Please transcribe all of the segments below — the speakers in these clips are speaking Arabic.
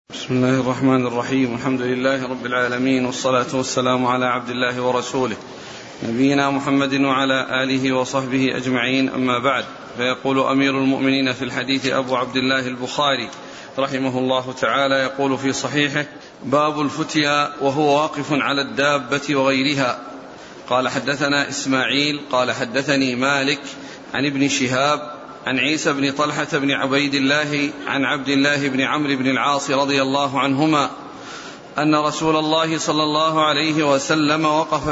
بسم الله الرحمن الرحيم. الحمد لله رب العالمين، والصلاة والسلام على عبد الله ورسوله نبينا محمد وعلى آله وصحبه أجمعين، أما بعد. فيقول أمير المؤمنين في الحديث أبو عبد الله البخاري رحمه الله تعالى، يقول في صحيحه: باب الفتيا وهو واقف على الدابة وغيرها. قال: حدثنا إسماعيل قال: حدثني مالك عن ابن شهاب عن عيسى بن طلحة بن عبيد الله عن عبد الله بن عمرو بن العاص رضي الله عنهما أن رسول الله صلى الله عليه وسلم وقف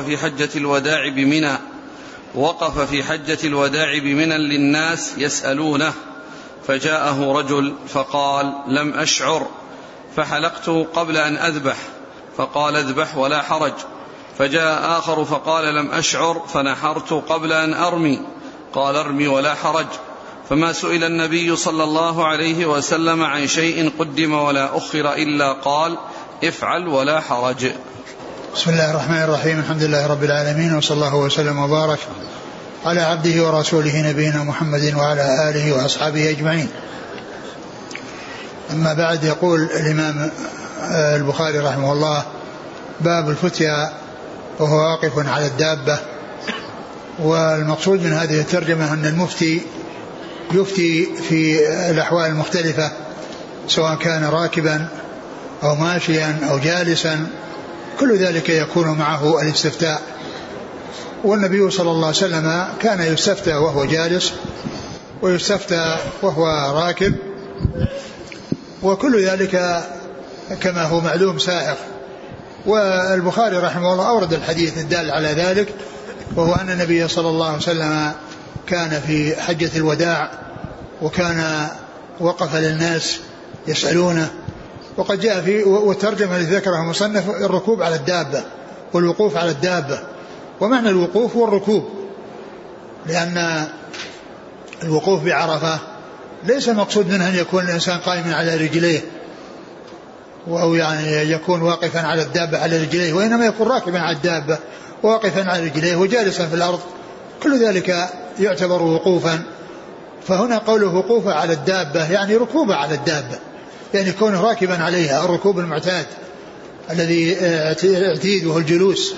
في حجة الوداع بمنى للناس يسألونه، فجاءه رجل فقال: لم أشعر فحلقت قبل أن أذبح، فقال: اذبح ولا حرج. فجاء آخر فقال: لم أشعر فنحرت قبل أن أرمي، قال: ارمي ولا حرج. فما سئل النبي صلى الله عليه وسلم عن شيء قدم ولا أخر إلا قال: افعل ولا حرج. بسم الله الرحمن الرحيم. الحمد لله رب العالمين، وصلى الله وسلم وبارك على عبده ورسوله نبينا محمد وعلى آله وأصحابه أجمعين. أما بعد، يقول الإمام البخاري رحمه الله: باب الفتيا وهو واقف على الدابة. والمقصود من هذه الترجمة أن المفتي يفتي في الأحوال المختلفة، سواء كان راكبا أو ماشيا أو جالسا، كل ذلك يكون معه الاستفتاء. والنبي صلى الله عليه وسلم كان يستفتى وهو جالس، ويستفتى وهو راكب، وكل ذلك كما هو معلوم سائغ. والبخاري رحمه الله أورد الحديث الدال على ذلك، وهو أن النبي صلى الله عليه وسلم كان في حجة الوداع، وكان وقف للناس يسألونه. وقد جاء في والترجمة التي ذكرها المصنف الركوب على الدابة والوقوف على الدابة. ومعنى الوقوف هو الركوب، لأن الوقوف بعرفة ليس المقصود منه أن يكون الإنسان قائما على رجليه، أو يعني يكون واقفا على الدابة على رجليه، وإنما يكون راكبا على الدابة واقفا على رجليه وجالسا في الأرض، كل ذلك يعتبر وقوفا. فهنا قوله وقوف على الدابة يعني ركوب على الدابة، يعني كونه راكبا عليها، الركوب المعتاد الذي اعتيده الجلوس.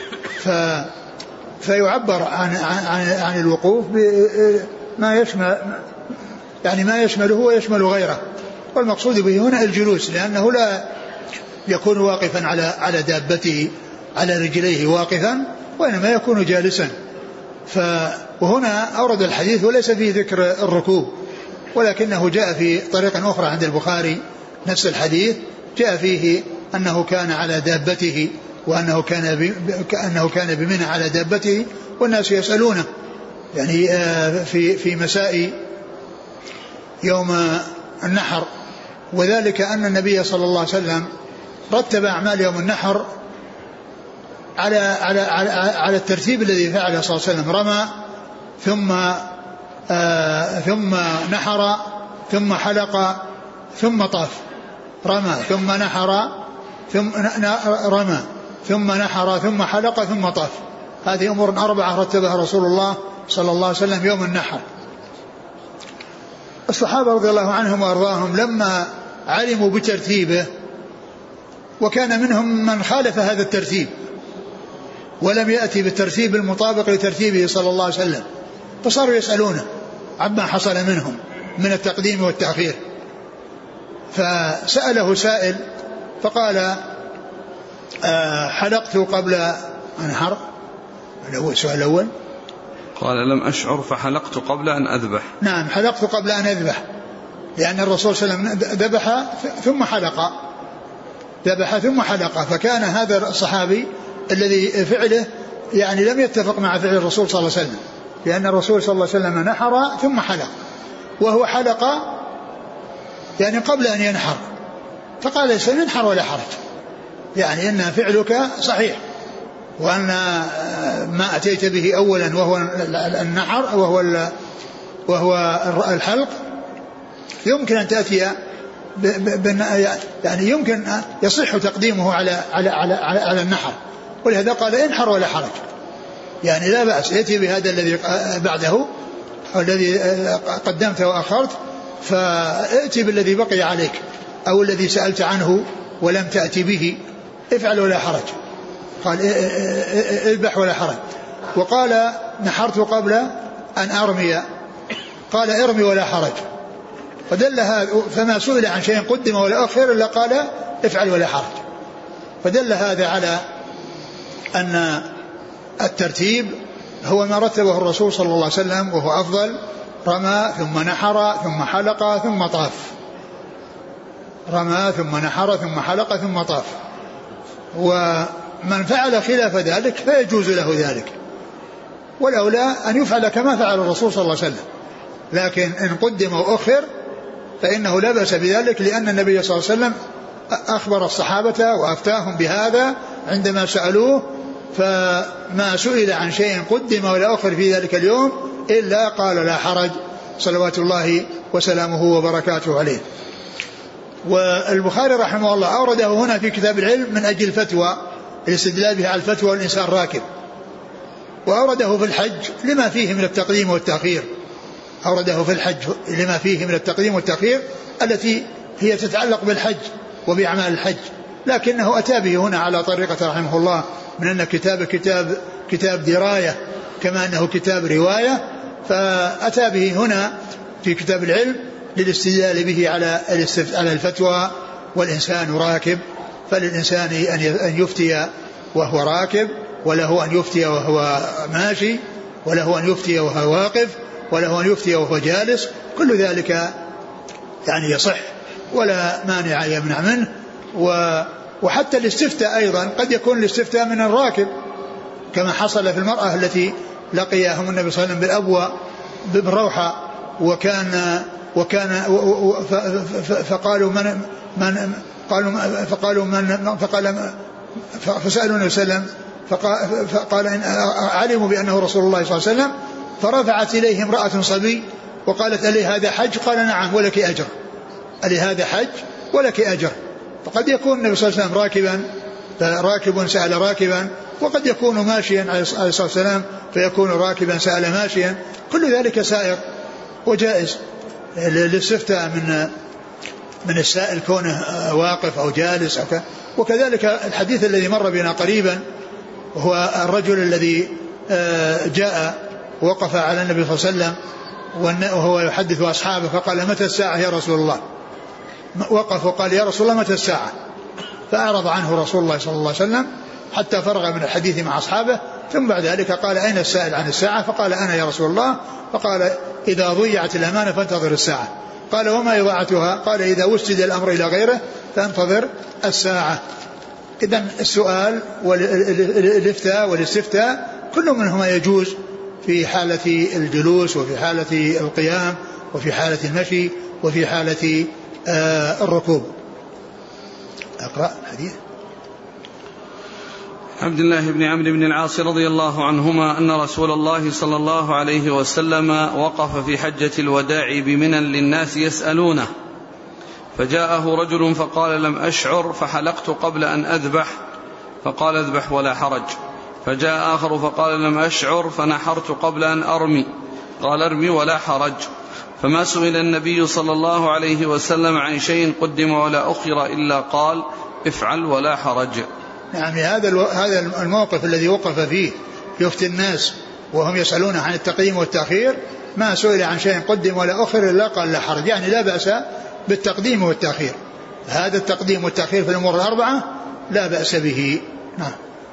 فيعبر عن الوقوف بما يشمل، يعني ما يشمله ويشمل غيره. والمقصود به هنا الجلوس، لأنه لا يكون واقفا على دابته على رجليه واقفا، وإنما يكون جالسا. وهنا أورد الحديث وليس فيه ذكر الركوب، ولكنه جاء في طريق أخرى عند البخاري نفس الحديث، جاء فيه أنه كان على دابته، وأنه كان بمنى على دابته والناس يسألونه، يعني في مساء يوم النحر. وذلك أن النبي صلى الله عليه وسلم رتب أعمال يوم النحر على الترتيب الذي فعله صلى الله عليه وسلم: رمى ثم نحر ثم حلق ثم طاف. رمى ثم نحر ثم نحر ثم حلق ثم طاف. هذه أمور 4 رتبها رسول الله صلى الله عليه وسلم يوم النحر. الصحابة رضي الله عنهم وأرضاهم لما علموا بترتيبه، وكان منهم من خالف هذا الترتيب ولم يأتي بالترتيب المطابق لترتيبه صلى الله عليه وسلم، فصاروا يسألونه عما حصل منهم من التقديم والتأخير. فسأله سائل فقال: حلقت قبل أنحر. السؤال الأول قال: لم أشعر فحلقت قبل أن أذبح. نعم، حلقت قبل أن أذبح، لأن الرسول صلى الله عليه وسلم ذبح ثم حلق. فكان هذا الصحابي الذي فعله يعني لم يتفق مع فعل الرسول صلى الله عليه وسلم، لأن الرسول صلى الله عليه وسلم نحر ثم حلق، وهو حلق يعني قبل أن ينحر. فقال: ليس ينحر ولا حرج، يعني إن فعلك صحيح، وأن ما أتيت به أولا وهو النحر وهو الحلق يمكن أن تأتي يعني يمكن يصح تقديمه على النحر، ولهذا قال: انحر ولا حرج، يعني لا بأس، يأتي بهذا الذي بعده الذي قدمت وأخرت، فأتي بالذي بقي عليك. أو الذي سألت عنه ولم تأتي به افعل ولا حرج. قال اذبح ولا حرج. وقال نحرت قبل أن أرمي قال ارمي ولا حرج. فدل هذا فما سئل عن شيء قدم ولا أخر إلا قال افعل ولا حرج. فدل هذا على أن الترتيب هو ما رتبه الرسول صلى الله عليه وسلم وهو أفضل. رمى ثم نحر ثم حلق ثم طاف. رمى ثم نحر ثم حلق ثم طاف. ومن فعل خلاف ذلك فيجوز له ذلك، والأولى أن يفعل كما فعل الرسول صلى الله عليه وسلم. لكن إن قدم وأخر فإنه لا بأس بذلك، لأن النبي صلى الله عليه وسلم أخبر الصحابة وأفتاهم بهذا عندما سألوه، فما سئل عن شيء قدم ولا أخر في ذلك اليوم إلا قال لا حرج صلوات الله وسلامه وبركاته عليه. والبخاري رحمه الله أورده هنا في كتاب العلم من أجل الفتوى، الاستدلال به على الفتوى والإنسان راكب، وأورده في الحج لما فيه من التقديم والتأخير. أورده في الحج لما فيه من التقديم والتأخير التي هي تتعلق بالحج وبأعمال الحج، لكنه أتى به هنا على طريقة رحمه الله من أن كتاب دراية كما أنه كتاب رواية، فأتى به هنا في كتاب العلم للاستدلال به على الفتوى والإنسان راكب. فللإنسان أن يفتي وهو راكب، وله أن يفتي وهو ماشي، وله أن يفتي وهو واقف، وله أن يفتي وهو جالس، كل ذلك يعني يصح ولا مانع يمنع منه. وحتى الاستفتاء أيضا قد يكون الاستفتاء من الراكب، كما حصل في المرأة التي لقيهم النبي صلى الله عليه وسلم بالأبوى بالروحة، فقالوا فسألوا النبي صلى الله عليه وسلم فقال إن علموا بأنه رسول الله صلى الله عليه وسلم، فرفعت إليه امرأة صبي وقالت ألي هذا حج؟ قال نعم ولك أجر. ألي هذا حج ولك أجر. فقد يكون النبي صلى الله عليه وسلم راكبا فراكب سأل راكبا، وقد يكون ماشيا عليه الصلاة والسلام فيكون راكبا سأل ماشيا، كل ذلك سائر وجائز. الاستفتاء من السائل كونه واقف أو جالس وكذلك الحديث الذي مر بنا قريبا، وهو الرجل الذي جاء وقف على النبي صلى الله عليه وسلم وهو يحدث أصحابه فقال متى الساعة يا رسول الله؟ وقف وقال يا رسول الله متى الساعة؟ فأعرض عنه رسول الله صلى الله عليه وسلم حتى فرغ من الحديث مع أصحابه، ثم بعد ذلك قال أين السائل عن الساعة؟ فقال أنا يا رسول الله. فقال إذا ضيعت الأمانة فانتظر الساعة. قال وما إضاعتها؟ قال إذا وسد الأمر إلى غيره فانتظر الساعة. إذن السؤال والافتاء والاستفتاء كل منهما يجوز في حالة الجلوس وفي حالة القيام وفي حالة المشي وفي حالة الركوب. أقرأ الحديث. عبد الله بن عمرو بن العاص رضي الله عنهما أن رسول الله صلى الله عليه وسلم وقف في حجة الوداع بمنى للناس يسألونه، فجاءه رجل فقال لم أشعر فحلقت قبل أن أذبح، فقال اذبح ولا حرج. فجاء آخر فقال لم أشعر فنحرت قبل أن أرمي، قال ارمي ولا حرج. فما سئل النبي صلى الله عليه وسلم عن شيء قدم ولا أخر إلا قال افعل ولا حرج. يعني هذا الموقف الذي وقف فيه يفتي الناس وهم يسألون عن التقديم والتأخير، ما سئل عن شيء قدم ولا أخر إلا قال لا حرج، يعني لا بأس بالتقديم والتأخير. هذا التقديم والتأخير في الأمور الأربعة لا بأس به. نعم.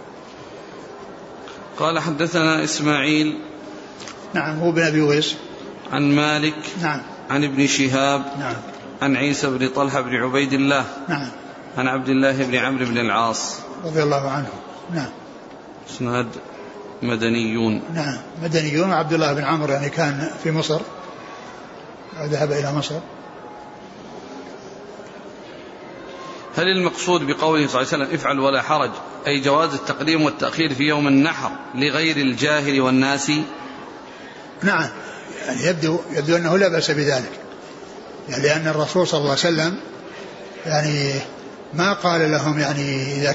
قال حدثنا إسماعيل نعم هو بن أبي ويس عن مالك نعم عن ابن شهاب نعم عن عيسى بن طلحة بن عبيد الله نعم عن عبد الله بن عمرو بن العاص رضي الله عنه. نعم. اسناد مدنيون. نعم مدنيون. عبد الله بن عمرو يعني كان في مصر، ذهب إلى مصر. هل المقصود بقوله صلى الله عليه وسلم افعل ولا حرج أي جواز التقديم والتأخير في يوم النحر لغير الجاهل والناس؟ نعم يعني يبدو أنه لا بأس بذلك، يعني لأن الرسول صلى الله عليه وسلم يعني ما قال لهم يعني إذا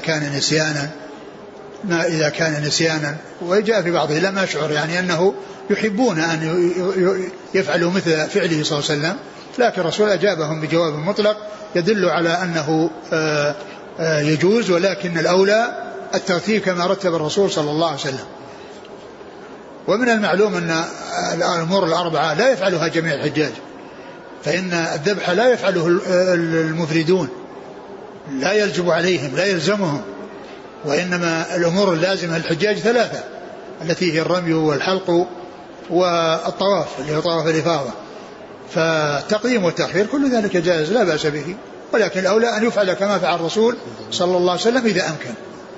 كان نسيانا وجاء في بعضه لم أشعر، يعني أنه يحبون أن يفعلوا مثل فعله صلى الله عليه وسلم لكن الرسول أجابهم بجواب مطلق يدل على أنه يجوز، ولكن الأولى الترتيب كما رتب الرسول صلى الله عليه وسلم. ومن المعلوم أن الأمور الأربعة لا يفعلها جميع الحجاج، فإن الذبح لا يفعله المفردون، لا يجب عليهم لا يلزمهم، وإنما الأمور اللازمة للحجاج ثلاثة التي هي الرمي والحلق والطواف اللي هو طواف الإفاضة. فالتقديم والتأخير كل ذلك جائز لا بأس به، ولكن الأولى أن يفعل كما فعل الرسول صلى الله عليه وسلم إذا أمكن.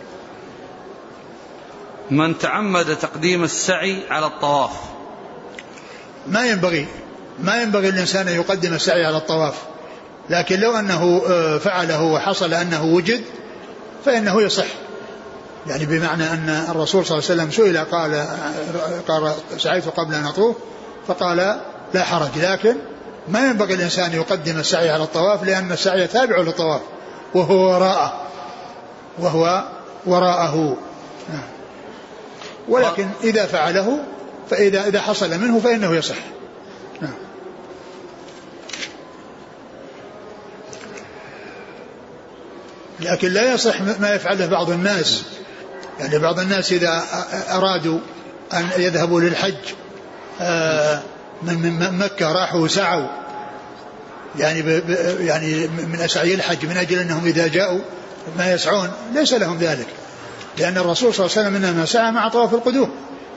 من تعمد تقديم السعي على الطواف ما ينبغي الإنسان أن يقدم السعي على الطواف، لكن لو أنه فعله وحصل أنه وجد فإنه يصح، يعني بمعنى أن الرسول صلى الله عليه وسلم سئل قال سعيت قبل أن أطوف فقال لا حرج، لكن ما ينبغي الإنسان يقدم السعي على الطواف، لأن السعي تابع للطواف وهو وراءه. ولكن إذا فعله فإذا حصل منه فإنه يصح. لكن لا يصح ما يفعله بعض الناس، يعني بعض الناس إذا أرادوا أن يذهبوا للحج من مكة راحوا سعوا، يعني من أسعي الحج من أجل أنهم إذا جاءوا ما يسعون، ليس لهم ذلك، لأن الرسول صلى الله عليه وسلم إنما سعى مع طواف القدوم،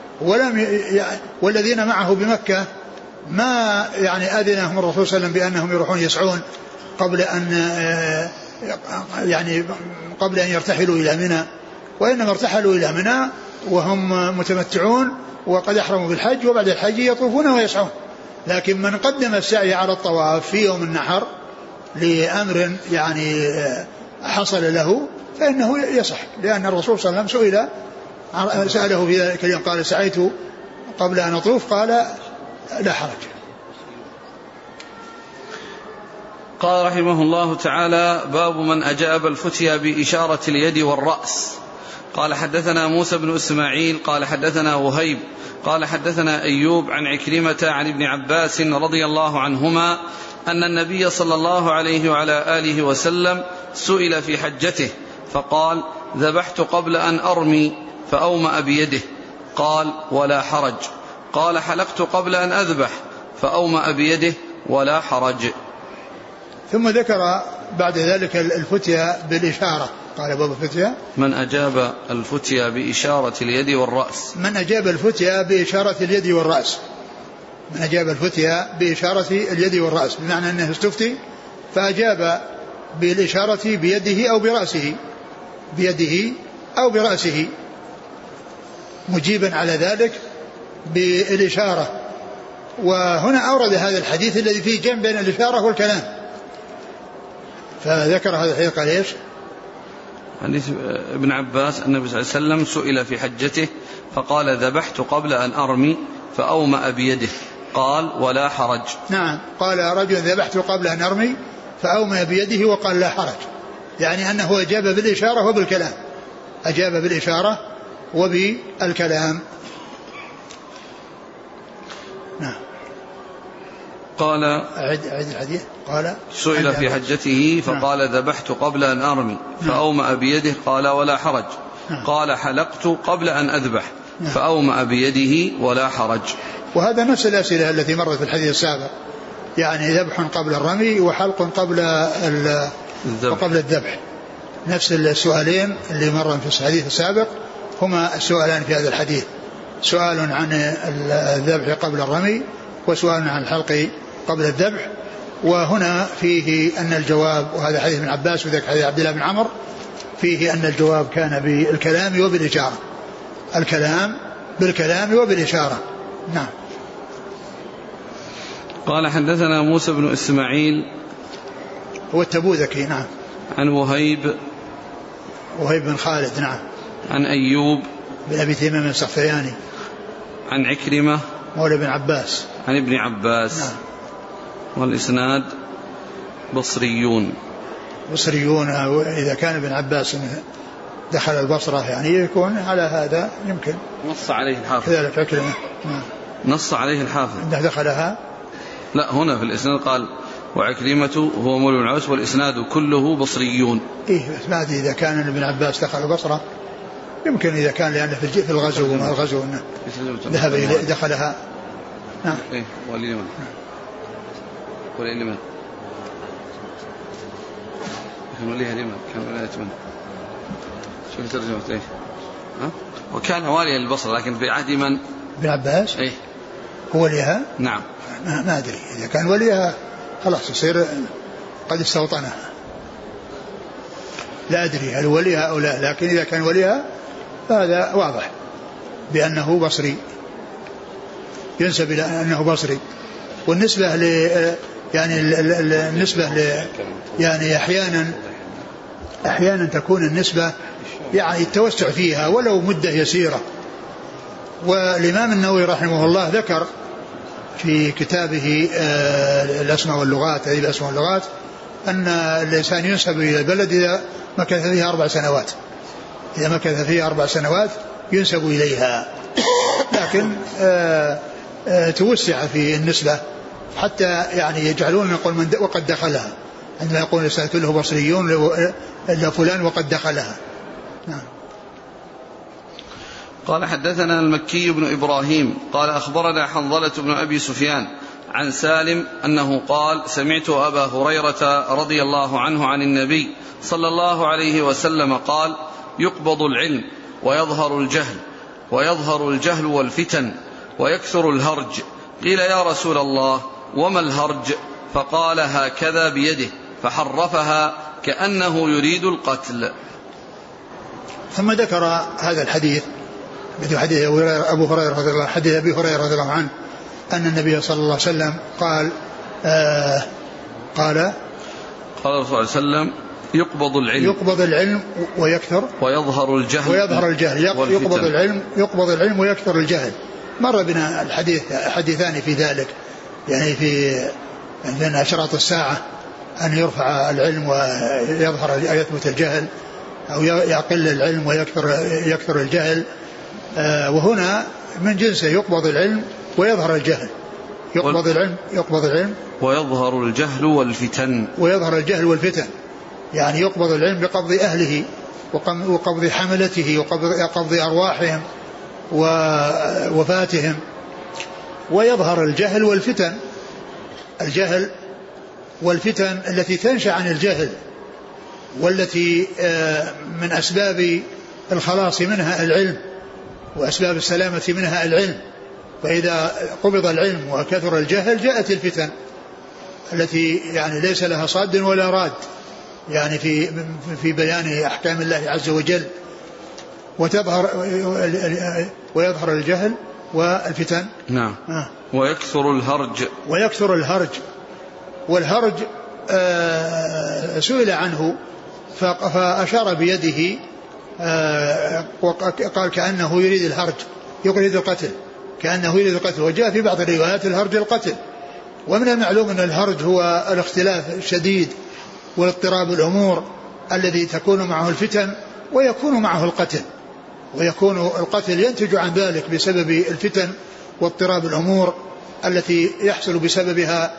والذين معه بمكة ما يعني أذنهم الرسول صلى الله عليه وسلم بأنهم يروحون يسعون قبل أن يرتحلوا إلى منى، وإنما ارتحلوا إلى منى وهم متمتعون وقد أحرموا بالحج، وبعد الحج يطوفون ويسعون. لكن من قدم السعي على الطواف في يوم النحر لأمر يعني حصل له فإنه يصح، لأن الرسول صلى الله عليه وسلم سأله في ذلك اليوم قال سعيت قبل أن أطوف قال لا حرج. قال رحمه الله تعالى: باب من أجاب الفتيا بإشارة اليد والرأس. قال حدثنا موسى بن إسماعيل قال حدثنا وهيب قال حدثنا أيوب عن عكرمة عن ابن عباس رضي الله عنهما أن النبي صلى الله عليه وعلى آله وسلم سئل في حجته فقال: ذبحت قبل أن أرمي فأومأ بيده، قال: ولا حرج. قال: حلقت قبل أن أذبح فأومأ بيده، ولا حرج. ثم ذكر بعد ذلك الفتيا بالإشارة. قال باب الفتيا: من أجاب الفتيا بإشارة اليد والرأس. من أجاب الفتيا بإشارة اليد والرأس، من أجاب الفتيا بإشارة اليد والرأس، بمعنى أنه استفتي فأجاب بالإشارة بيده أو برأسه، بيده أو برأسه، مجيبا على ذلك بالإشارة. وهنا أورد هذا الحديث الذي فيه جمع بين الإشارة والكلام، فذكر هذا الحديث قال إيش؟ حديث ابن عباس النبي صلى الله عليه وسلم سئل في حجته فقال: ذبحت قبل أن أرمي فأومأ بيده، قال: ولا حرج. نعم، قال رجل: ذبحت قبل أن أرمي فأومأ بيده وقال: لا حرج، يعني أنه أجاب بالإشارة وبالكلام، أجاب بالإشارة وبالكلام. نعم. قال: أعد الحديث. قال: سئل في حجته فقال: ذبحت قبل أن أرمي فأومأ بيده، قال: ولا حرج. قال: حلقت قبل أن أذبح فأومأ بيده، ولا حرج. وهذا نفس الأسئلة التي مرت في الحديث السابق، يعني ذبح قبل الرمي وحلق قبل الذبح، نفس السؤالين اللي مروا في الحديث السابق هما السؤالان في هذا الحديث، سؤال عن الذبح قبل الرمي وسؤال عن الحلق قبل الذبح. وهنا فيه أن الجواب، وهذا حديث ابن عباس وذاك حديث عبد الله بن عمر، فيه أن الجواب كان بالكلام وبالإشارة، الكلام بالكلام وبالإشارة. نعم. قال حدثنا موسى بن إسماعيل هو التبوذكي. نعم. عن وهيب بن خالد. نعم. عن أيوب بن أبي تميم السختياني. عن عكرمة مولى بن عباس عن ابن عباس. نعم. والإسناد بصريون. إذا كان ابن عباس دخل البصرة يعني يكون على هذا يمكن. نص عليه الحافظ كذلك عكرمة. نعم. نص عليه الحافظ أنه دخلها. لا، هنا في الإسناد قال وعكرمة هو مولى بن عباس والإسناد كله بصريون. إيه بس ما أدري إذا كان ابن عباس دخل البصرة، يمكن إذا كان لأنه في الغزو وما الغزو أنه ذهب إلى دخلها. نعم. إيه ولمن ولمن كان وليها لمن كان ولاية من شوف ترجمة إيه ها وكان واليا للبصرة لكن في عهد من ابن عباس. إيه هو وليها. نعم. ما أدري إذا كان وليها خلاص يصير قد استوطنها، لا أدري هل وليها أو لا، لكن إذا كان وليها فهذا واضح بأنه بصري، ينسب إلى أنه بصري. والنسبة ل يعني النسبة ل يعني أحيانا تكون النسبة يعني التوسع فيها ولو مدة يسيرة. والإمام النووي رحمه الله ذكر في كتابه الأسماء واللغات، هذه الأسماء واللغات، أن الإنسان ينسب إلى البلد إذا مكث فيها 4 سنوات، إذا مكث فيها 4 سنوات ينسب إليها. لكن توسع في النسبة حتى يعني يجعلون يقول من وقد دخلها، عندما يقول الإنسان كله بصريون إلا فلان وقد دخلها. نعم. قال حدثنا المكي بن إبراهيم قال أخبرنا حنظلة بن أبي سفيان عن سالم أنه قال سمعت أبا هريرة رضي الله عنه عن النبي صلى الله عليه وسلم قال يقبض العلم ويظهر الجهل والفتن ويكثر الهرج. قيل يا رسول الله وما الهرج؟ فقال هكذا بيده فحرفها كأنه يريد القتل. ثم ذكر هذا الحديث مثل حديث أبو هريرة رضي الله، حديث أبي هريرة رضي الله عنه أن النبي صلى الله عليه وسلم قال قال الرسول صلى الله عليه وسلم يقبض العلم ويكثر ويظهر الجهل يقبض العلم ويكثر الجهل. مر بنا الحديثان في ذلك، يعني في عندنا أشراط الساعة أن يرفع العلم ويثبت الجهل، أو يقل العلم ويكثر الجهل. وهنا من جنسه يقبض العلم ويظهر الجهل. يقبض العلم ويظهر الجهل والفتن. يعني يقبض العلم بقبض أهله وقبض حملته وقبض أرواحهم ووفاتهم. ويظهر الجهل والفتن التي تنشأ عن الجهل، والتي من أسباب الخلاص منها العلم، وأسباب السلامة منها العلم. فإذا قبض العلم وكثر الجهل جاءت الفتن التي يعني ليس لها صاد ولا راد، يعني في بيان أحكام الله عز وجل. ويظهر الجهل والفتن. نعم. ويكثر الهرج. والهرج سئل عنه فأشار بيده وقال كأنه يريد الهرج، يريد القتل، كأنه يريد القتل. وجاء في بعض الروايات الهرج القتل. ومن المعلوم أن الهرج هو الاختلاف الشديد والاضطراب الأمور الذي تكون معه الفتن ويكون معه القتل، ويكون القتل ينتج عن ذلك بسبب الفتن واضطراب الأمور التي يحصل بسببها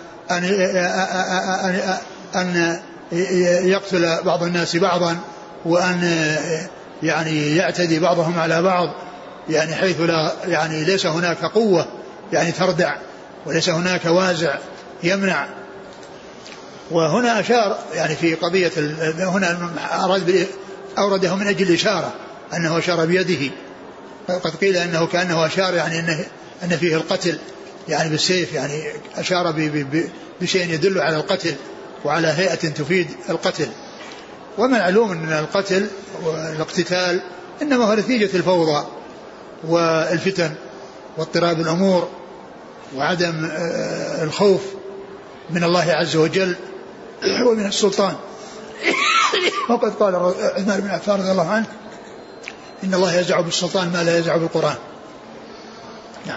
أن يقتل بعض الناس بعضا، وأن يعني يعتدي بعضهم على بعض، يعني حيث لا يعني ليس هناك قوة يعني تردع، وليس هناك وازع يمنع. وهنا أشار يعني في قضية هنا أورده من أجل الإشارة أنه أشار بيده. قد قيل أنه كأنه أشار يعني أن فيه القتل يعني بالسيف، يعني أشار بشيء يدل على القتل وعلى هيئة تفيد القتل. ومن علوم أن القتل والاقتتال إنما هو نتيجة الفوضى والفتن واضطراب الأمور وعدم الخوف من الله عز وجل ومن السلطان. وقد قال عثمان بن عفان رضي الله عنه إن الله يزع بالسلطان ما لا يزع بالقرآن. نعم.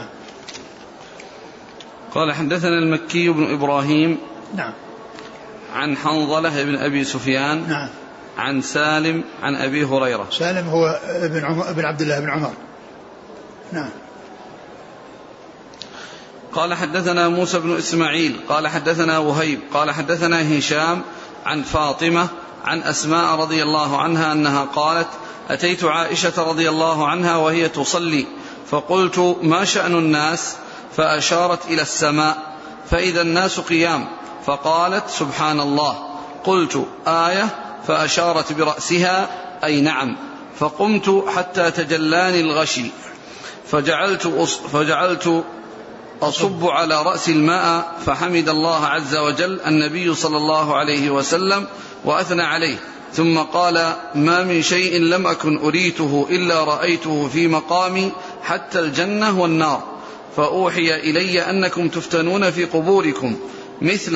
قال حدثنا المكي بن إبراهيم. نعم. عن حنظلة بن أبي سفيان. نعم. عن سالم عن أبي هريرة. سالم هو ابن عبد الله بن عمر. نعم. قال حدثنا موسى بن إسماعيل قال حدثنا وهيب قال حدثنا هشام عن فاطمة عن أسماء رضي الله عنها أنها قالت أتيت عائشة رضي الله عنها وهي تصلي فقلت ما شأن الناس؟ فأشارت إلى السماء فإذا الناس قيام فقالت سبحان الله. قلت آية؟ فأشارت برأسها أي نعم. فقمت حتى تجلاني الغشي فجعلت أصب على رأس الماء فحمد الله عز وجل النبي صلى الله عليه وسلم وأثنى عليه ثم قال ما من شيء لم أكن أريته إلا رأيته في مقامي حتى الجنة والنار فأوحي إلي أنكم تفتنون في قبوركم مثل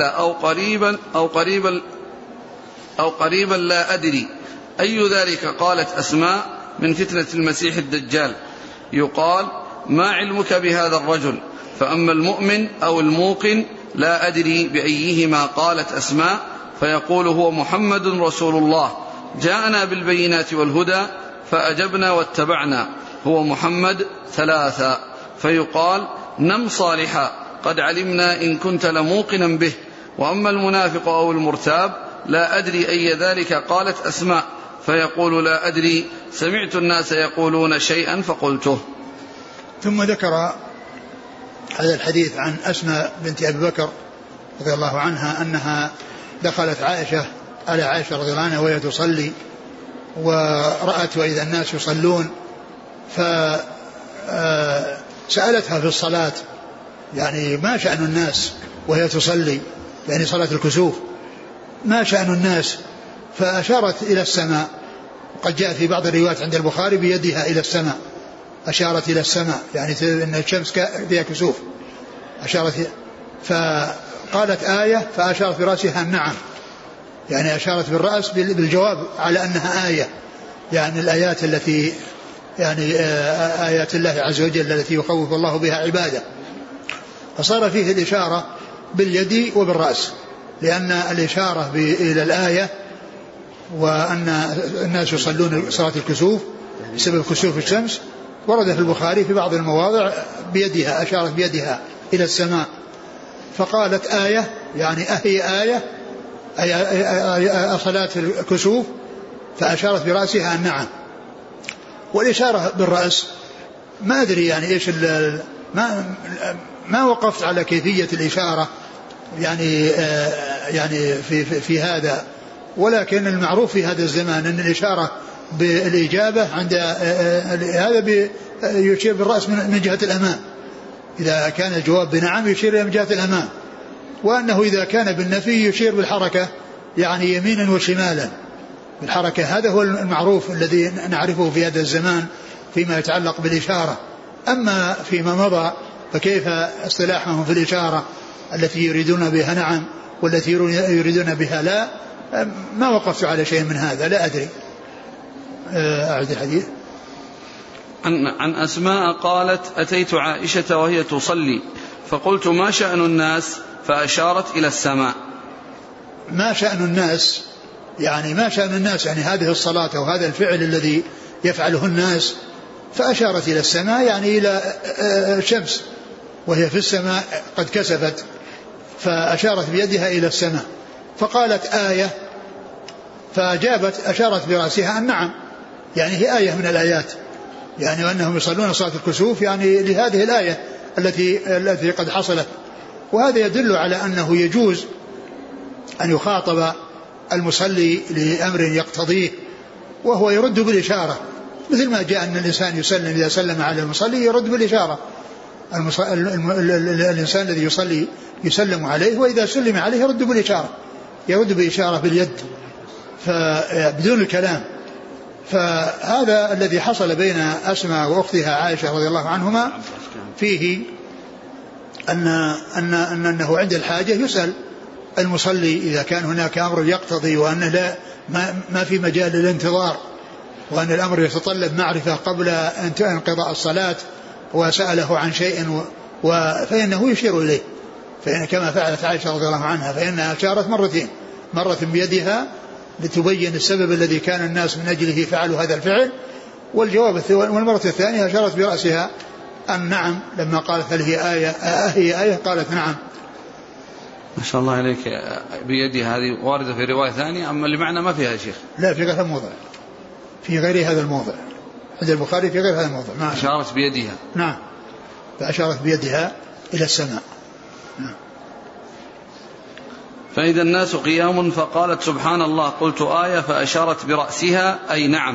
أو قريبا لا أدري أي ذلك. قالت أسماء من فتنة المسيح الدجال. يقال ما علمك بهذا الرجل؟ فأما المؤمن أو الموقن لا أدري بأيهما. قالت أسماء فيقول هو محمد رسول الله جاءنا بالبينات والهدى فأجبنا واتبعنا هو محمد 3. فيقال نم صالحا قد علمنا إن كنت لموقنا به. وأما المنافق أو المرتاب لا أدري أي ذلك. قالت أسماء فيقول لا أدري سمعت الناس يقولون شيئا فقلته. ثم ذكر هذا الحديث عن أسماء بنت أبي بكر رضي الله عنها أنها دخلت على عائشة رضي الله عنها وهي تصلي ورأت وإذا الناس يصلون فسألتها في الصلاة يعني ما شأن الناس وهي تصلي يعني صلاة الكسوف ما شأن الناس؟ فأشارت إلى السماء. قد جاء في بعض الروايات عند البخاري بيدها إلى السماء أشارت إلى السماء يعني أن الشمس فيها كسوف أشارت. فقالت آية فأشارت برأسها نعم يعني أشارت بالرأس بالجواب على أنها آية يعني الآيات التي يعني آيات الله عز وجل التي يخوف الله بها عباده. فصار فيه الإشارة باليد وبالرأس لأن الإشارة إلى الآية وأن الناس يصلون صلاة الكسوف بسبب كسوف الشمس ورد في البخاري في بعض المواضع بيدها أشارت بيدها إلى السماء فقالت آية يعني أهي آية أي صلاة الكسوف فأشارت برأسها نعم. والإشارة بالرأس ما أدري يعني إيش ما وقفت على كيفية الإشارة يعني في هذا ولكن المعروف في هذا الزمان أن الإشارة بالإجابة عند هذا يشير بالرأس من جهة الأمام إذا كان الجواب بنعم يشير من جهة الأمام وأنه إذا كان بالنفي يشير بالحركة يعني يمينا وشمالا بالحركة. هذا هو المعروف الذي نعرفه في هذا الزمان فيما يتعلق بالإشارة. أما فيما مضى فكيف اصطلاحهم في الإشارة التي يريدون بها نعم والتي يريدون بها لا ما وقفت على شيء من هذا لا أدري. أعد الحديث. عن أسماء قالت أتيت عائشة وهي تصلي فقلت ما شأن الناس؟ فأشارت إلى السماء. ما شأن الناس يعني ما شأن الناس يعني هذه الصلاة أو هذا الفعل الذي يفعله الناس. فأشارت إلى السماء يعني إلى الشمس وهي في السماء قد كسفت فأشارت بيدها إلى السماء. فقالت آية فأجابت أشارت برأسها النعم يعني هي آية من الآيات يعني وأنهم يصلون صلاة الكسوف يعني لهذه الآية التي قد حصلت. وهذا يدل على أنه يجوز أن يخاطب المصلي لأمر يقتضيه وهو يرد بالإشارة مثل ما جاء أن الإنسان يسلم إذا سلم على المصلي يرد بالإشارة. الإنسان الذي يصلي يسلم عليه وإذا سلم عليه يرد بالإشارة يرد بإشارة باليد فبدون الكلام. فهذا الذي حصل بين أسماء وأختها عائشة رضي الله عنهما فيه أنه عند الحاجة يسأل المصلي إذا كان هناك أمر يقتضي وأنه لا ما في مجال للانتظار وأن الأمر يتطلب معرفة قبل أن انقضاء الصلاة وسأله عن شيء فإنه يشير إليه. فإن كما فعلت عائشة رضي الله عنها فإنها أشارت مرتين مرة بيدها لتبين السبب الذي كان الناس من أجله فعلوا هذا الفعل والمرة الثانية أشارت برأسها النعم لما قالت هل هي آية هي آية قالت نعم. ما شاء الله عليك. بيدي هذه واردة في رواية ثانية أما اللي معنا ما فيها شيخ؟ لا في غير الموضع، في غير هذا الموضع عند البخاري في غير هذا الموضع. نعم. أشارت بيدها. نعم فأشارت بيدها إلى السماء. نعم. فإذا الناس قيام فقالت سبحان الله قلت آية فأشارت برأسها أي نعم.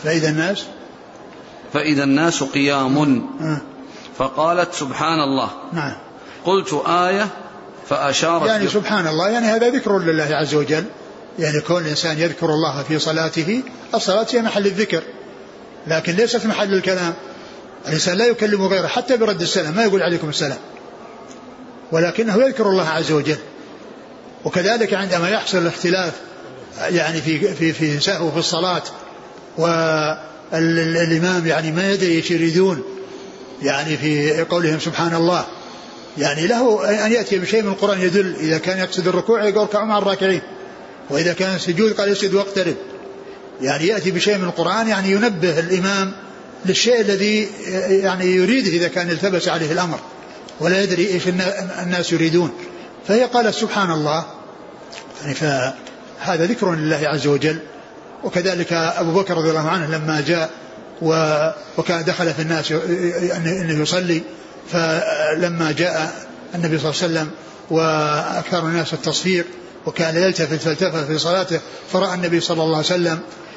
فإذا الناس قيام فقالت سبحان الله. نعم. قلت آية فأشارت يعني سبحان الله يعني هذا ذكر لله عز وجل، يعني كون الإنسان يذكر الله في صلاته، الصلاة هي محل الذكر لكن ليست محل الكلام. الإنسان لا يكلم غيره حتى برد السلام ما يقول عليكم السلام، ولكنه يذكر الله عز وجل. وكذلك عندما يحصل الاختلاف يعني في سهو في الصلاة والإمام يعني ما يدري ايش يريدون يعني في قولهم سبحان الله، يعني له أن يأتي بشيء من القرآن يدل. إذا كان يقصد الركوع يقول اركعوا مع الراكعين، وإذا كان السجود قال اسجد واقترب. يعني يأتي بشيء من القرآن يعني ينبه الإمام للشيء الذي يعني يريده إذا كان التبس عليه الأمر ولا يدري ايش الناس يريدون. فهي قالت سبحان الله يعني فهذا ذكر لله عز وجل. وكذلك أبو بكر رضي الله عنه لما جاء وكان دخل في الناس أنه يصلي، فلما جاء النبي صلى الله عليه وسلم وأكثر الناس التصفيق وكان يلتفت فالتفت في صلاته فرأى النبي صلى الله عليه وسلم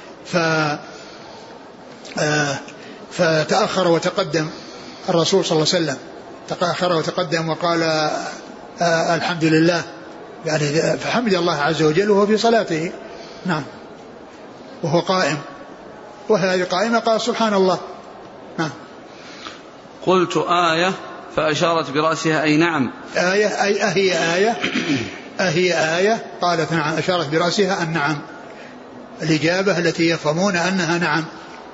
فتأخر وتقدم الرسول صلى الله عليه وسلم، تأخر وتقدم وقال الحمد لله يعني فحمد الله عز وجل وهو في صلاته. نعم وهو قائم، وهذه قائمة قال سبحان الله. نعم. قلت آية فأشارت برأسها أي نعم. آية أي أهي آية أهي آية قالت نعم أشارت برأسها النعم، الإجابة التي يفهمون أنها نعم.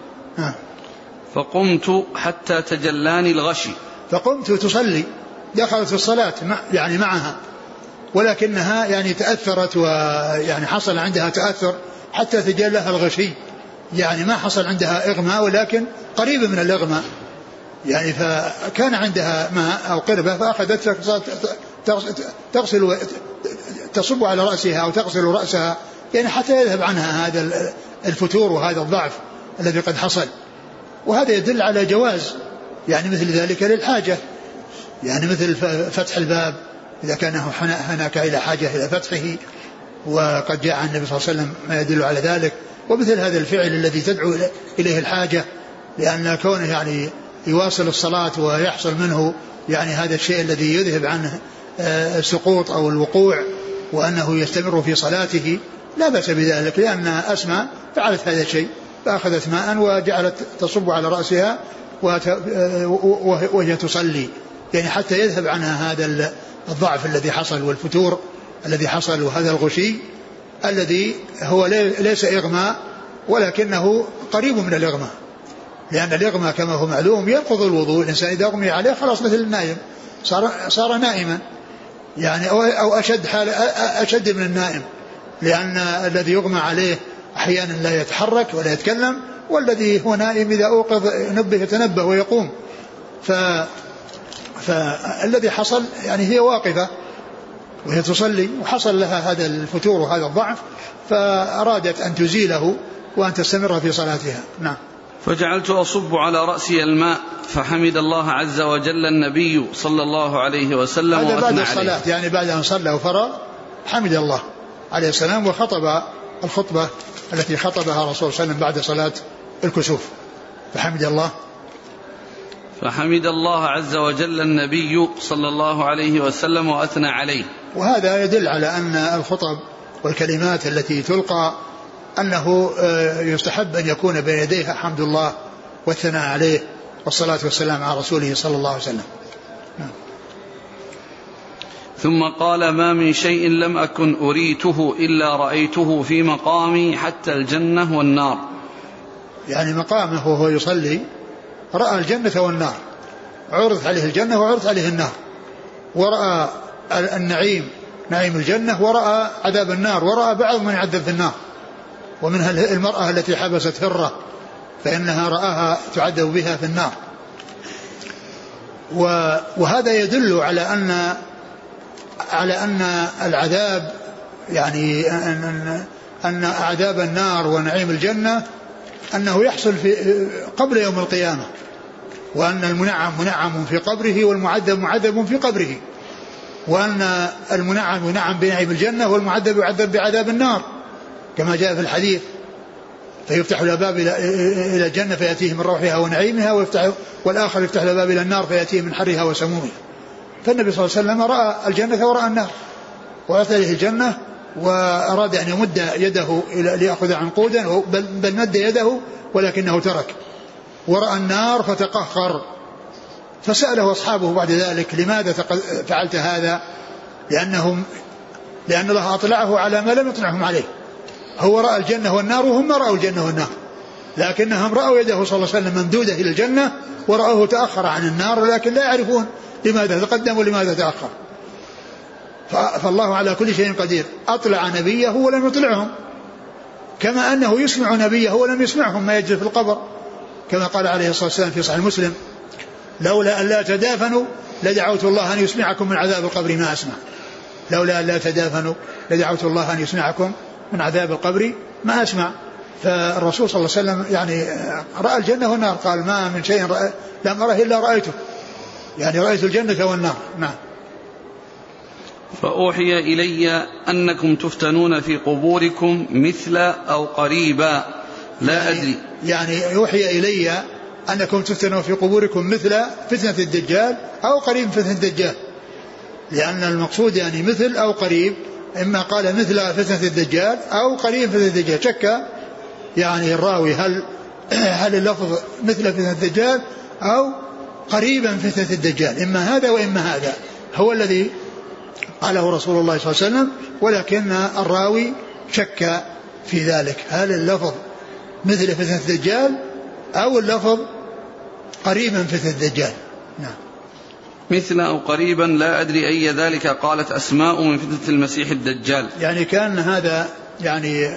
فقمت حتى تجلاني الغشي. فقمت تصلي، دخلت في الصلاة يعني معها، ولكنها يعني تأثرت ويعني حصل عندها تأثر حتى تجلها الغشي، يعني ما حصل عندها إغماء ولكن قريب من الإغماء، يعني فكان عندها ماء أو قربة فأخذت تغسل تصب على رأسها أو تغسل رأسها يعني حتى يذهب عنها هذا الفتور وهذا الضعف الذي قد حصل. وهذا يدل على جواز يعني مثل ذلك للحاجة، يعني مثل فتح الباب إذا كان هناك إلى حاجة إلى فتحه وقد جاء عن النبي صلى الله عليه وسلم ما يدل على ذلك، ومثل هذا الفعل الذي تدعو إليه الحاجة، لأن كونه يعني يواصل الصلاة ويحصل منه يعني هذا الشيء الذي يذهب عنه السقوط أو الوقوع وأنه يستمر في صلاته لا بأس بذلك، لأن أسماء فعلت هذا الشيء فأخذت ماء وجعلت تصب على رأسها وهي تصلي يعني حتى يذهب عنها هذا الضعف الذي حصل والفتور الذي حصل وهذا الغشي الذي هو ليس إغماء ولكنه قريب من الإغماء، لأن الإغماء كما هو معلوم ينقض الوضوء. الإنسان إذا أغمي عليه خلاص مثل النائم صار نائما يعني أو أشد من النائم، لأن الذي يغمى عليه أحيانا لا يتحرك ولا يتكلم، والذي هو نائم إذا أوقظ نبه يتنبه ويقوم. فالذي حصل يعني هي واقفة وهي تصلي وحصل لها هذا الفتور وهذا الضعف فأرادت أن تزيله وأن تستمر في صلاتها. نعم. فجعلت أصب على رأسي الماء فحمد الله عز وجل النبي صلى الله عليه وسلم هذا بعد الصلاة يعني بعد أن صلى وفرغ حمد الله عليه السلام وخطب الخطبة التي خطبها الرسول صلى الله عليه وسلم بعد صلاة الكسوف. فحمد الله عز وجل النبي صلى الله عليه وسلم وأثنى عليه. وهذا يدل على أن الخطب والكلمات التي تلقى أنه يستحب أن يكون بين يديها حمد الله والثناء عليه والصلاة والسلام على رسوله صلى الله عليه وسلم. ثم قال ما من شيء لم أكن أريته إلا رأيته في مقامي حتى الجنة والنار. يعني مقامه وهو يصلي رأى الجنة والنار، عرضت عليه الجنة وعرضت عليه النار، ورأى النعيم نعيم الجنة ورأى عذاب النار، ورأى بعض من يعذب في النار، ومنها المرأة التي حبست هرة فإنها رآها تعذب بها في النار. وهذا يدل على أن العذاب يعني أن عذاب النار ونعيم الجنة أنه يحصل قبل يوم القيامة، وأن المنعم منعم في قبره والمعذب معذب في قبره، وأن المنعم منعم بنعيم الجنة والمعذب يعذب بعذاب النار كما جاء في الحديث. فيفتح الباب إلى الجنة فيأتيه من روحها ونعيمها، والآخر يفتح الباب إلى النار فيأتيه من حرها وسمومها. فالنبي صلى الله عليه وسلم رأى الجنة ورأى النار، وأتى إليه الجنة وأراد أن يمد يده ليأخذ عنقودا، بل مد يده ولكنه ترك، ورأى النار فتقهقر. فسأله أصحابه بعد ذلك لماذا فعلت هذا؟ لأن الله أطلعه على ما لم يطلعهم عليه. هو رأى الجنة والنار وهم ما رأوا الجنة والنار، لكنهم رأوا يده صلى الله عليه وسلم ممدودة إلى الجنة ورأوه تأخر عن النار، لكن لا يعرفون لماذا تقدم ولماذا تأخر. فالله على كل شيء قدير، أطلع نبيه ولم يطلعهم، كما أنه يسمع نبيه ولم يسمعهم ما يجري في القبر، كما قال عليه الصلاة والسلام في صحيح مسلم: لولا أن لا تدافنوا لدعوت الله أن يسمعكم من عذاب القبر ما أسمع. لولا أن لا تدافنوا لدعوت الله أن يسمعكم من عذاب القبر ما أسمع. فالرسول صلى الله عليه وسلم يعني رأى الجنة والنار، قال: ما من شيء لم أره إلا رأيته، يعني رأيت الجنة والنار. نعم. فأوحي إلي أنكم تفتنون في قبوركم مثل أو قريبا لا أدري. يعني يوحي إلي أنكم تفتنون في قبوركم مثل فتنة الدجال أو قريب فتنة الدجال، لأن المقصود يعني مثل أو قريب، إما قال مثل فتنة الدجال أو قريب فتنة الدجال. شك يعني الراوي هل اللفظ مثل فتنة الدجال أو قريبا فتنة الدجال، إما هذا وإما هذا هو الذي قاله رسول الله صلى الله عليه وسلم، ولكن الراوي شك في ذلك، هل اللفظ مثل فتنة الدجال أو اللفظ قريبا فتنة الدجال. نعم. مثل أو قريبا لا أدري أي ذلك قالت أسماء من فتنة المسيح الدجال. يعني كان هذا يعني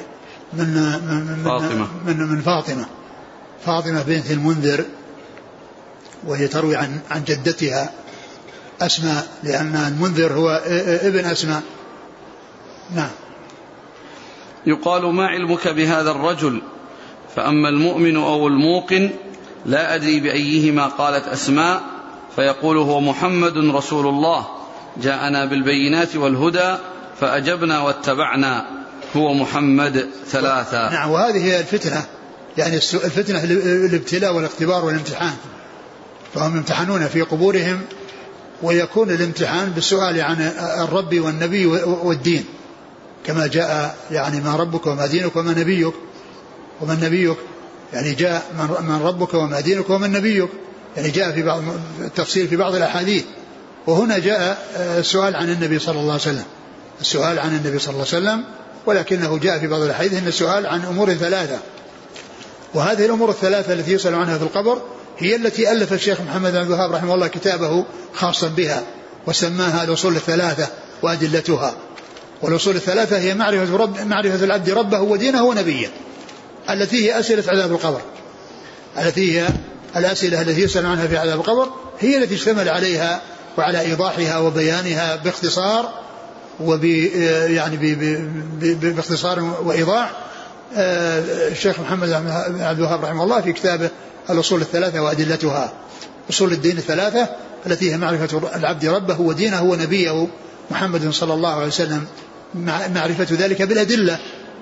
من فاطمة بنت المنذر، وهي تروي عن جدتها أسماء، لأن المنذر هو ابن أسماء. نعم. يقال: ما علمك بهذا الرجل؟ فأما المؤمن أو الموقن لا أدري بأيهما قالت أسماء، فيقول: هو محمد رسول الله جاءنا بالبينات والهدى فأجبنا واتبعنا، هو محمد 3. نعم. وهذه هي الفتنة، يعني الفتنة الابتلاء والاختبار والامتحان، فهم يمتحنون في قبورهم، ويكون الامتحان بالسؤال عن الرب والنبي والدين، كما جاء يعني ما ربك وما دينك وما نبيك، يعني جاء من ربك وما دينك وما نبيك، يعني جاء في بعض التفصيل في بعض الأحاديث. وهنا جاء السؤال عن النبي صلى الله عليه وسلم، ولكنه جاء في بعض الأحاديث أن السؤال عن أمور 3، وهذه الأمور 3 التي يسأل عنها في القبر هي التي ألف الشيخ محمد بن عبد الوهاب رحمه الله كتابه خاصا بها، وسماها الأصول 3 وأدلتها. والأصول 3 هي معرفة العبد ربه ودينه ونبيه، التي هي أسئلة عذاب القبر، التي هي الأسئلة التي يسأل عنها في عذاب القبر، هي التي اشتمل عليها وعلى إيضاحها وبيانها باختصار باختصار وإيضاح الشيخ محمد بن عبد الوهاب رحمه الله في كتابه الأصول 3 وأدلتها. أصول الدين 3 التي هي معرفة العبد ربه ودينه ونبيه محمد صلى الله عليه وسلم، معرفة ذلك بالأدلة.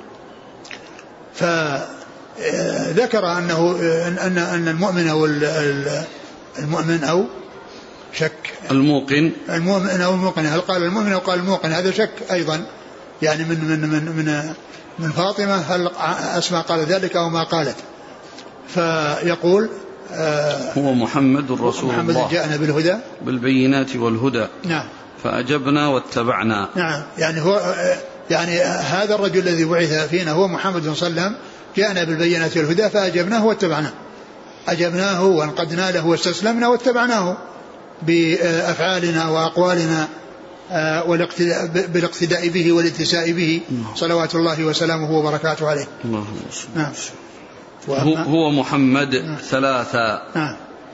فذكر أن المؤمن أو المؤمن أو شك المؤمن أو الموقن، هل قال المؤمن أو قال الموقن؟ هذا شك أيضا، يعني من فاطمة هل أسماء قال ذلك أو ما قالت. فيقول: هو محمد رسول الله، محمد جاءنا بالهدى بالبينات والهدى. نعم. فأجبنا واتبعنا. نعم. يعني هذا الرجل الذي بعث فينا هو محمد صلى الله عليه وسلم، جاءنا بالبينات والهدى فأجبناه واتبعناه، أجبناه وانقدنا له واستسلمنا واتبعناه بأفعالنا وأقوالنا بالاقتداء به والاتساء به صلوات الله وسلامه وبركاته عليه. نعم. هو محمد 3. نعم.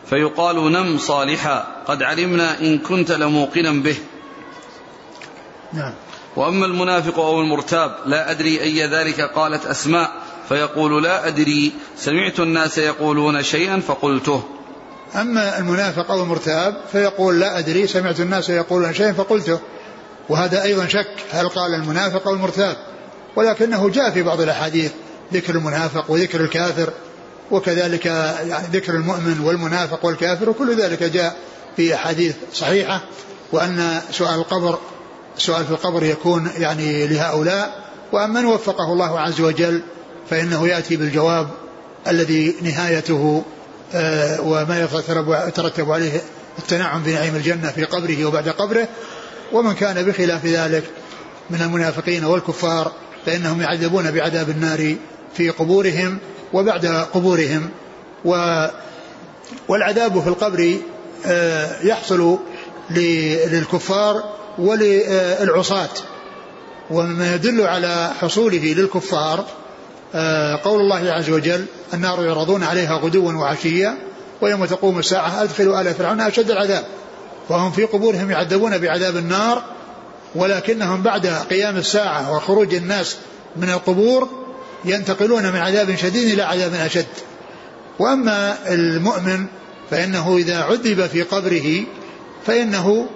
فيقال نم صالحا قد علمنا إن كنت لموقنا به. نعم. وأما المنافق أو المرتاب لا أدري أي ذلك قالت أسماء فيقول لا أدري سمعت الناس يقولون شيئا فقلته. أما المنافق أو المرتاب فيقول لا أدري سمعت الناس يقولون شيئا فقلته، وهذا أيضا شك هل قال المنافق أو المرتاب، ولكنه جاء في بعض الأحاديث ذكر المنافق وذكر الكافر، وكذلك يعني ذكر المؤمن والمنافق والكافر، وكل ذلك جاء في أحاديث صحيحة. وأن سؤال في القبر يكون يعني لهؤلاء، وأمن وفقه الله عز وجل فإنه يأتي بالجواب الذي نهايته وما يترتب عليه التنعم بنعيم الجنة في قبره وبعد قبره. ومن كان بخلاف ذلك من المنافقين والكفار فإنهم يعذبون بعذاب النار في قبورهم وبعد قبورهم. والعذاب في القبر يحصل للكفار وللعصاة. وما يدل على حصوله للكفار قول الله عز وجل النار يعرضون عليها غدوا وعشيا ويوم تقوم الساعة أدخلوا آل فرعون أشد العذاب. وهم في قبورهم يعذبون بعذاب النار، ولكنهم بعد قيام الساعة وخروج الناس من القبور ينتقلون من عذاب شديد إلى عذاب أشد. وأما المؤمن فإنه إذا عذب في قبره فإنه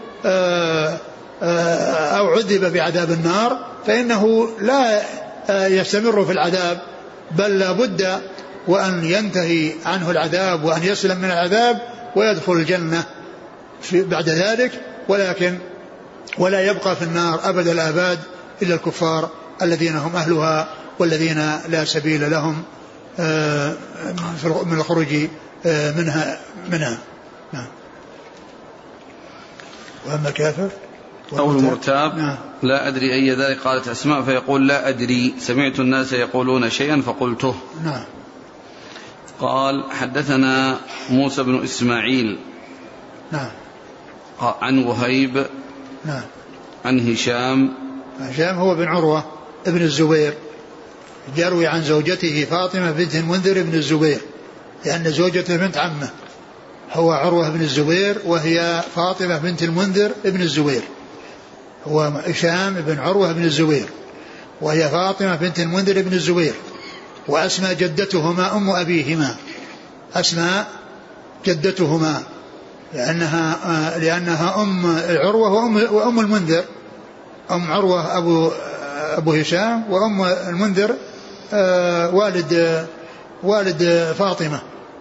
أو عذب بعذاب النار فإنه لا يستمر في العذاب، بل لا بد وأن ينتهي عنه العذاب وأن يسلم من العذاب ويدخل الجنة بعد ذلك، ولكن ولا يبقى في النار أبد الآباد إلا الكفار الذين هم أهلها والذين لا سبيل لهم من الخروج منها. نعم. وأما الكافر أو المرتاب لا أدري أي ذلك قالت أسماء فيقول لا أدري سمعت الناس يقولون شيئا فقلته. نعم. قال حدثنا موسى بن إسماعيل نعم عن وهيب نعم عن هشام هو بن عروة ابن الزبير، يروي عن زوجته فاطمة بنت المنذر بن الزبير، لأن زوجته بنت عمه، هو عروة بن الزبير وهي فاطمة بنت المنذر ابن الزبير، هو هشام بن عروة بن الزبير وهي فاطمة بنت المنذر بن الزبير. وأسماء جدتهما أم أبيهما، أسماء جدتهما لأنها أم عروة وأم المنذر، أم عروة أبو هشام، وأم المنذر والد فاطمة،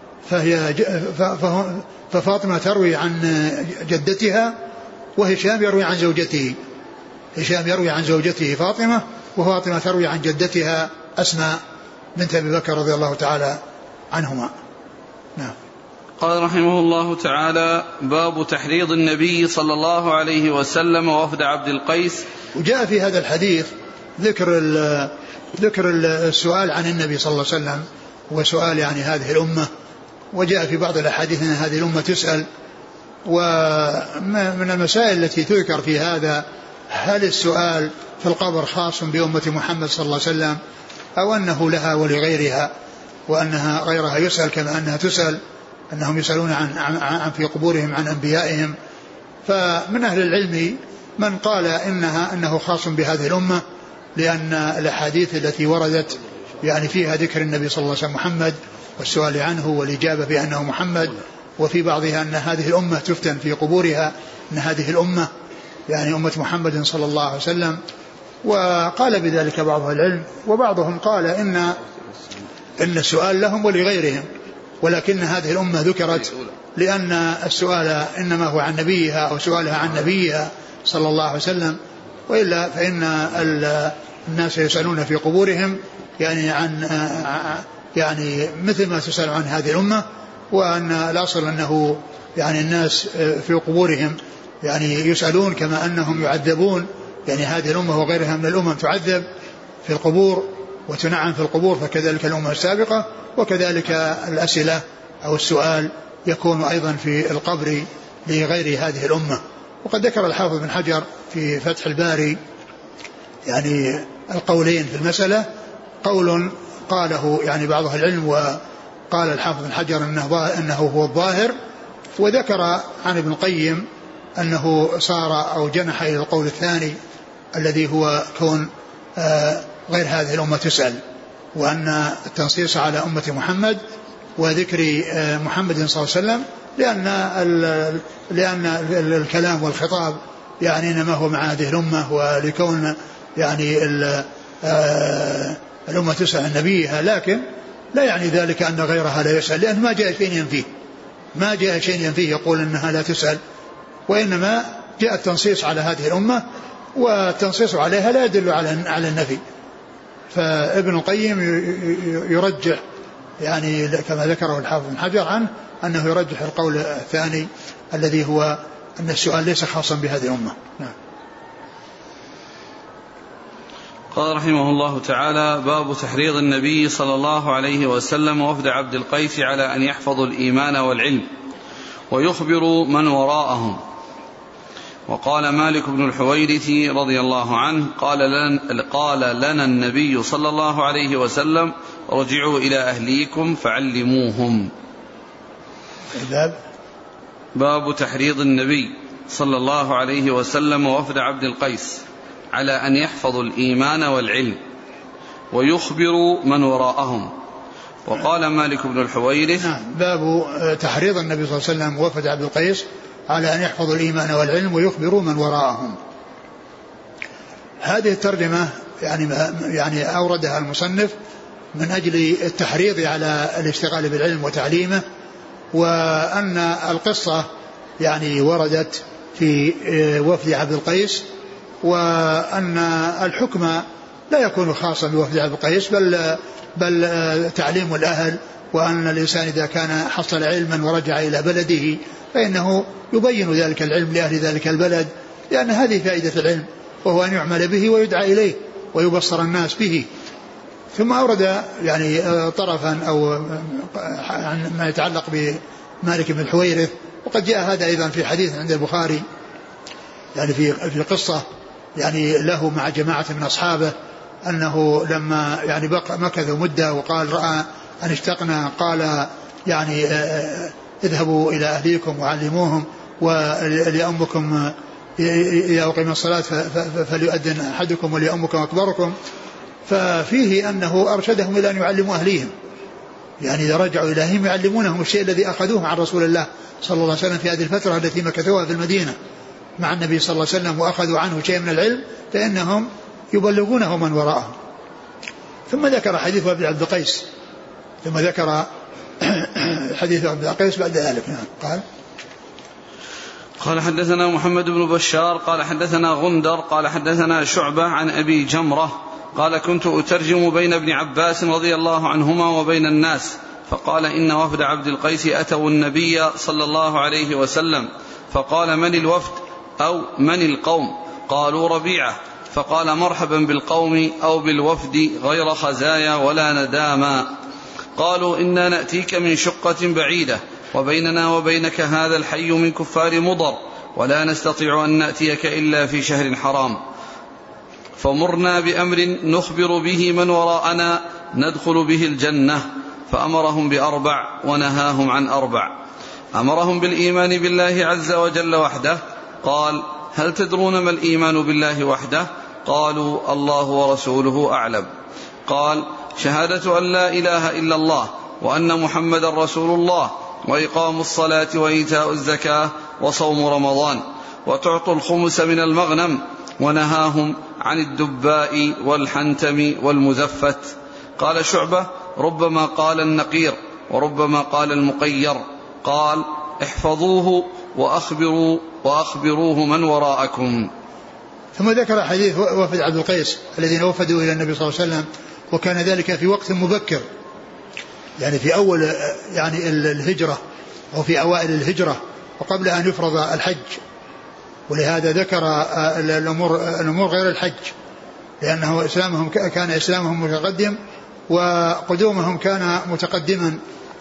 ففاطمة تروي عن جدتها وهشام يروي عن زوجته، هشام يروي عن زوجته فاطمة، وفاطمة تروي عن جدتها أسماء بنت أبي بكر رضي الله تعالى عنهما. نعم. قال رحمه الله تعالى باب تحريض النبي صلى الله عليه وسلم ووفد عبد القيس. وجاء في هذا الحديث ذكر السؤال عن النبي صلى الله عليه وسلم وسؤال يعني هذه الأمة، وجاء في بعض الأحاديث أن هذه الأمة تسأل. ومن المسائل التي تذكر في هذا هل السؤال في القبر خاص بأمة محمد صلى الله عليه وسلم أو أنه لها ولغيرها، وأنها غيرها يسأل كما أنها تسأل، أنهم يسألون عن في قبورهم عن أنبيائهم. فمن أهل العلم من قال أنه خاص بهذه الأمة، لأن الأحاديث التي وردت يعني فيها ذكر النبي صلى الله عليه وسلم محمد والسؤال عنه والإجابة بأنه محمد، وفي بعضها أن هذه الأمة تفتن في قبورها، أن هذه الأمة يعني أمة محمد صلى الله عليه وسلم. وقال بذلك بعض العلم، وبعضهم قال إن السؤال لهم ولغيرهم، ولكن هذه الأمة ذكرت لأن السؤال إنما هو عن نبيها أو سؤالها عن نبيها صلى الله عليه وسلم، وإلا فإن الناس يسألون في قبورهم يعني مثل ما تسأل عن هذه الأمة، وأن الأصل أنه يعني الناس في قبورهم يعني يسألون كما أنهم يعذبون، يعني هذه الأمة وغيرها من الأمم تعذب في القبور وتنعم في القبور، فكذلك الأمة السابقة، وكذلك الأسئلة أو السؤال يكون أيضا في القبر لغير هذه الأمة. وقد ذكر الحافظ بن حجر في فتح الباري يعني القولين في المسألة، قول قاله يعني بعض أهل العلم، وقال الحافظ بن حجر أنه هو الظاهر، وذكر عن ابن القيم أنه صار أو جنح إلى القول الثاني الذي هو كون غير هذه الأمة تسأل، وأن التنصيص على أمة محمد وذكر محمد صلى الله عليه وسلم لأن الكلام والخطاب يعني إنما هو مع هذه الأمة، ولكون يعني الأمة تسأل عن نبيها، لكن لا يعني ذلك أن غيرها لا يسأل، لأن ما جاء شيء ينفيه، ما جاء شيء ينفيه يقول أنها لا تسأل، وإنما جاء التنصيص على هذه الأمة، والتنصيص عليها لا يدل على النفي. فابن القيم يرجح يعني كما ذكره الحافظ بن حجر عنه أنه يرجح القول الثاني الذي هو أن السؤال ليس خاصا بهذه الأمة. نعم. قال رحمه الله تعالى: باب تحريض النبي صلى الله عليه وسلم وفد عبد القيس على أن يحفظوا الإيمان والعلم ويخبروا من وراءهم. وقال مالك بن الحويرث رضي الله عنه: قال لنا النبي صلى الله عليه وسلم: ارجعوا إلى أهليكم فعلموهم. باب تحريض النبي صلى الله عليه وسلم وفد عبد القيس على أن يحفظوا الإيمان والعلم ويخبروا من وراءهم. وقال مالك بن الحويرث: باب تحريض النبي صلى الله عليه وسلم وفد عبد القيس على أن يحفظوا الإيمان والعلم ويخبروا من وراءهم. هذه الترجمة يعني أوردها المصنف من أجل التحريض على الاشتغال بالعلم وتعليمه، وأن القصة يعني وردت في وفد عبد القيس، وأن الحكم لا يكون خاصا بوفد عبد القيس بل تعليم الأهل، وأن الإنسان إذا كان حصل علما ورجع إلى بلده فإنه يبين ذلك العلم لأهل ذلك البلد، لأن هذه فائدة العلم، وهو أن يعمل به ويدعى إليه ويبصر الناس به. ثم أورد يعني طرفا أو ما يتعلق بمالك بن الحويرث، وقد جاء هذا أيضا في حديث عند البخاري يعني في قصة يعني له مع جماعة من أصحابه، أنه لما يعني مكثوا مدة وقال رأى أن اشتقنا، قال يعني اذهبوا إلى أهليكم وعلموهم، ولأمكم إذا أقيم الصلاة فليؤذن أحدكم وليأمكم أكبركم. ففيه أنه أرشدهم إلى أن يعلموا أهليهم، يعني إذا رجعوا إلى أهلهم يعلمونهم الشيء الذي أخذوه عن رسول الله صلى الله عليه وسلم في هذه الفترة التي مكثوها في المدينة مع النبي صلى الله عليه وسلم، وأخذوا عنه شيء من العلم، فإنهم يبلغونه من وراءهم. ثم ذكر حديث أبي عبد القيس، ثم ذكر حديث عبد القيس بعد ذلك. قال حدثنا محمد بن بشار قال حدثنا غندر قال حدثنا شعبة عن أبي جمرة قال: كنت أترجم بين ابن عباس رضي الله عنهما وبين الناس، فقال: إن وفد عبد القيس أتوا النبي صلى الله عليه وسلم، فقال: من الوفد أو من القوم؟ قالوا: ربيعة. فقال: مرحبا بالقوم أو بالوفد غير خزايا ولا نداما. قالوا: إنا نأتيك من شقة بعيدة، وبيننا وبينك هذا الحي من كفار مضر، ولا نستطيع أن نأتيك إلا في شهر حرام، فمرنا بأمر نخبر به من وراءنا ندخل به الجنة. فأمرهم بأربع ونهاهم عن أربع. أمرهم بالإيمان بالله عز وجل وحده. قال: هل تدرون ما الإيمان بالله وحده؟ قالوا: الله ورسوله أعلم. قال: شهادة أن لا إله إلا الله وأن محمد رسول الله، وإقام الصلاة وإيتاء الزكاة وصوم رمضان، وتعطوا الخمس من المغنم. ونهاهم عن الدباء والحنتم والمزفت. قال شعبة: ربما قال النقير وربما قال المقير. قال: احفظوه وأخبروه من وراءكم. ثم ذكر حديث وفد عبد القيس الذين وفدوا إلى النبي صلى الله عليه وسلم، وكان ذلك في وقت مبكر، يعني في أول يعني الهجرة أو في أوائل الهجرة وقبل أن يفرض الحج، ولهذا ذكر الأمور غير الحج، لأنه كان إسلامهم متقدم وقدومهم كان متقدما.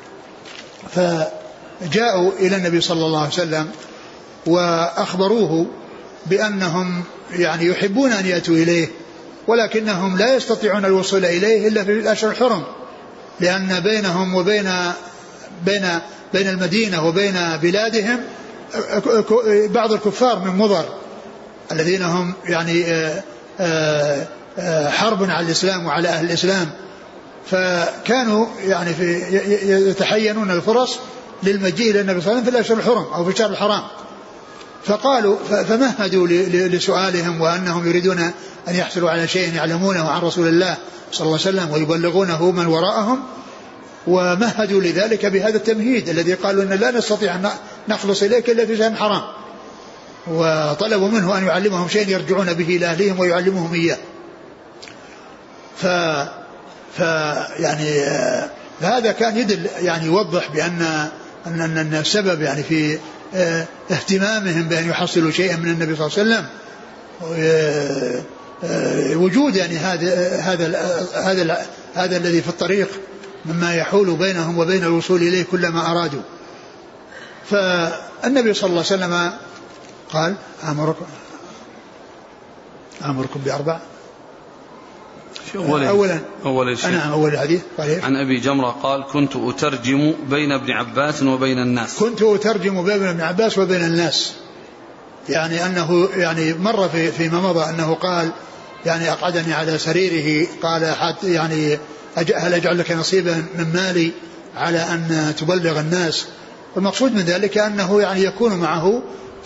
فجاءوا إلى النبي صلى الله عليه وسلم وأخبروه بأنهم يعني يحبون أن يأتوا إليه، ولكنهم لا يستطيعون الوصول إليه إلا في الأشهر الحرم، لأن بينهم وبين بين المدينة وبين بلادهم بعض الكفار من مضر الذين هم يعني حرب على الإسلام وعلى أهل الإسلام، فكانوا يعني يتحينون الفرص للمجيء إلى النبي صلى الله عليه وسلم في الأشهر الحرم أو في الشهر الحرام، فقالوا فمهدوا لسؤالهم وأنهم يريدون أن يحصلوا على شيء يعلمونه عن رسول الله صلى الله عليه وسلم ويبلغونه من وراءهم، ومهدوا لذلك بهذا التمهيد الذي قالوا إن لا نستطيع أن نخلص إليك إلا في شهر حرام، وطلبوا منه أن يعلمهم شيء يرجعون به إلى أهلهم ويعلمهم إياه. يعني هذا كان يدل يعني يوضح بأن السبب يعني في اهتمامهم بأن يحصلوا شيئا من النبي صلى الله عليه وسلم وجود يعني هذا الذي في الطريق مما يحول بينهم وبين الوصول إليه كلما أرادوا. فالنبي صلى الله عليه وسلم قال أمركم بأربع. أول الحديث عن أبي جمرة قال كنت أترجم بين ابن عباس وبين الناس. كنت أترجم بين ابن عباس وبين الناس، يعني أنه يعني مر فيما مضى أنه قال يعني أقعدني على سريره، قال يعني هل أجعل لك نصيبا من مالي على أن تبلغ الناس، والمقصود من ذلك أنه يعني يكون معه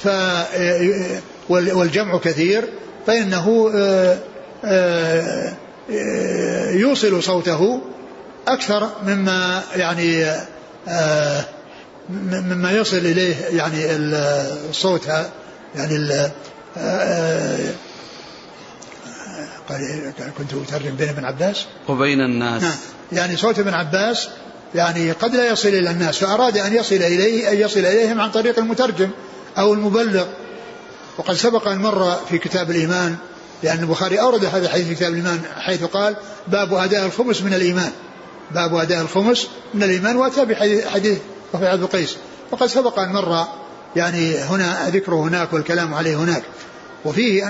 والجمع كثير فإنه يوصل صوته أكثر مما يعني مما يصل إليه يعني الصوت يعني قال كنت أترجم بين ابن عباس وبين الناس، يعني صوت ابن عباس يعني قد لا يصل إلى الناس، فأراد أن يصل إليهم عن طريق المترجم أو المبلغ. وقد سبق أن مر في كتاب الإيمان، لأن البخاري أورد هذا الحديث في كتاب الإيمان حيث قال باب أداء الخمس من الإيمان، باب أداء الخمس من الإيمان، وأتى بحديث رفيع عبد القيس. وقد سبق أن مر يعني هنا ذكره هناك والكلام عليه هناك، وفيه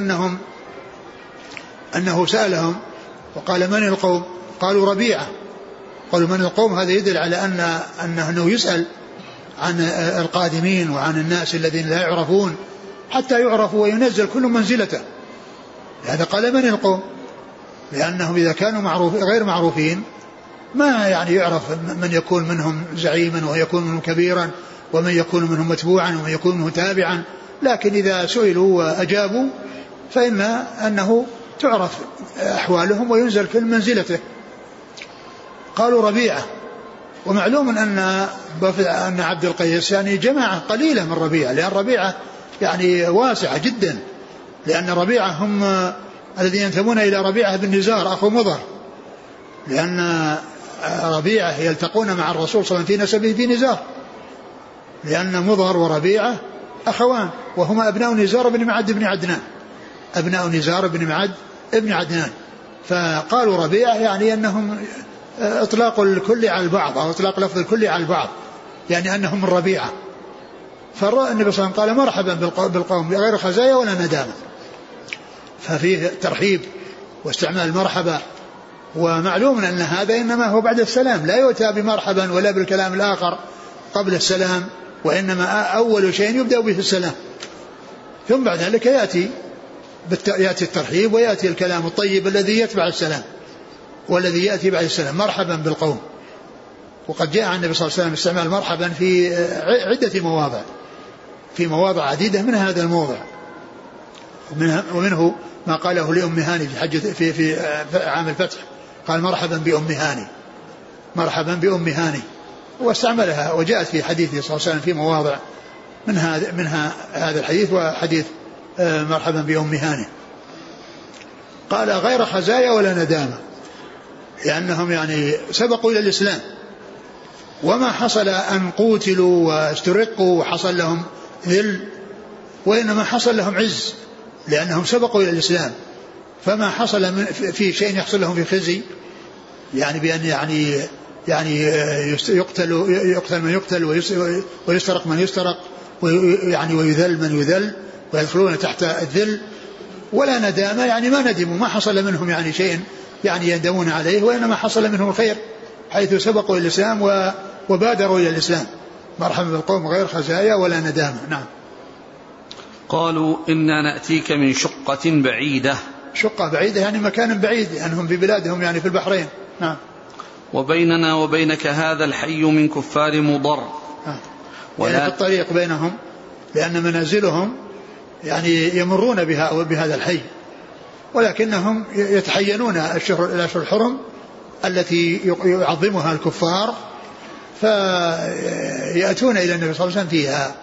أنه سألهم وقال من القوم؟ قالوا ربيعة. قالوا من القوم؟ هذا يدل على أنه يسأل عن القادمين وعن الناس الذين لا يعرفون حتى يعرفوا وينزل كل منزلته. هذا قال من القوم، لأنهم إذا كانوا غير معروفين ما يعني يعرف من يكون منهم زعيما ويكون منهم كبيرا ومن يكون منهم متبوعا ومن يكون منهم تابعا، لكن إذا سئلوا وأجابوا فإن أنه تعرف أحوالهم وينزل كل منزلته. قالوا ربيعة، ومعلوم أن عبد القيس يعني جماعة قليلة من ربيعة، لأن ربيعة يعني واسعة جدا، لأن ربيعة هم الذين ينتمون إلى ربيعة بن نزار أخو مضر، لأن ربيعة يلتقون مع الرسول صلى الله عليه وسلم في نسبه في نزار، لأن مضر وربيعة أخوان وهما أبناء نزار بن معد بن عدنان، أبناء نزار بن معد ابن عدنان. فقالوا ربيعة يعني أنهم إطلاق الكل على البعض أو إطلاق لفظ الكل على البعض، يعني أنهم من ربيعة. فالنبي صلى الله عليه وسلم قال مرحبا بالقوم بغير خزايا ولا ندامة، ففيه ترحيب واستعمال مرحبا. ومعلوم أن هذا إنما هو بعد السلام، لا يؤتى بمرحبا ولا بالكلام الآخر قبل السلام، وإنما أول شيء يبدأ به السلام، ثم بعد ذلك يأتي الترحيب ويأتي الكلام الطيب الذي يتبع السلام والذي يأتي بعد السلام. مرحبا بالقوم. وقد جاء عن النبي صلى الله عليه وسلم استعمال مرحبا في عدة مواضع، في مواضع عديدة من هذا الموضع، ومنه ما قاله لأم هاني في عام الفتح، قال مرحبا بأم هاني، مرحبا بأم هاني، واستعملها وجاءت في حديثه صلى الله عليه وسلم في مواضع منها هذا الحديث وحديث مرحبا بأم هاني. قال غير خزايا ولا ندامة، لأنهم يعني سبقوا إلى الإسلام، وما حصل أن قوتلوا واسترقوا وحصل لهم ذل، وإنما حصل لهم عز لأنهم سبقوا إلى الإسلام. فما حصل في شيء يحصل لهم في خزي، يعني بأن يعني يقتل من يقتل ويسترق من يسترق، يعني ويذل من يذل ويدخلون تحت الذل، ولا ندامة يعني ما ندموا، ما حصل منهم يعني شيء يعني يندمون عليه، وإنما حصل منهم الخير حيث سبقوا إلى الإسلام وبادروا إلى الإسلام. مرحبا بالقوم غير خزايا ولا ندامة. نعم. قالوا إنا نأتيك من شقة بعيدة. شقة بعيدة يعني مكان بعيد، أنهم في بلادهم يعني في البحرين. نعم. وبيننا وبينك هذا الحي من كفار مضر. يعني في الطريق بينهم، لأن منازلهم يعني يمرون بهذا الحي، ولكنهم يتحينون الأشهر الحرم التي يعظمها الكفار، فيأتون إلى النبي صلى الله عليه وسلم فيها.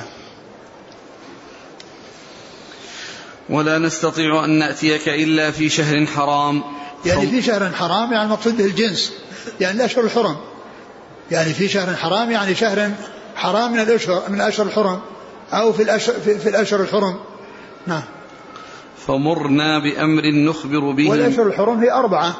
ولا نستطيع أن نأتيك إلا في شهر حرام. يعني في شهر حرام يعني المقصود به الجنس، يعني الأشهر الحرم، يعني في شهر حرام يعني شهر حرام من الأشهر الحرم، أو في الأشهر الحرم. نعم. فمرنا بأمر نخبر به. والأشهر الحرم هي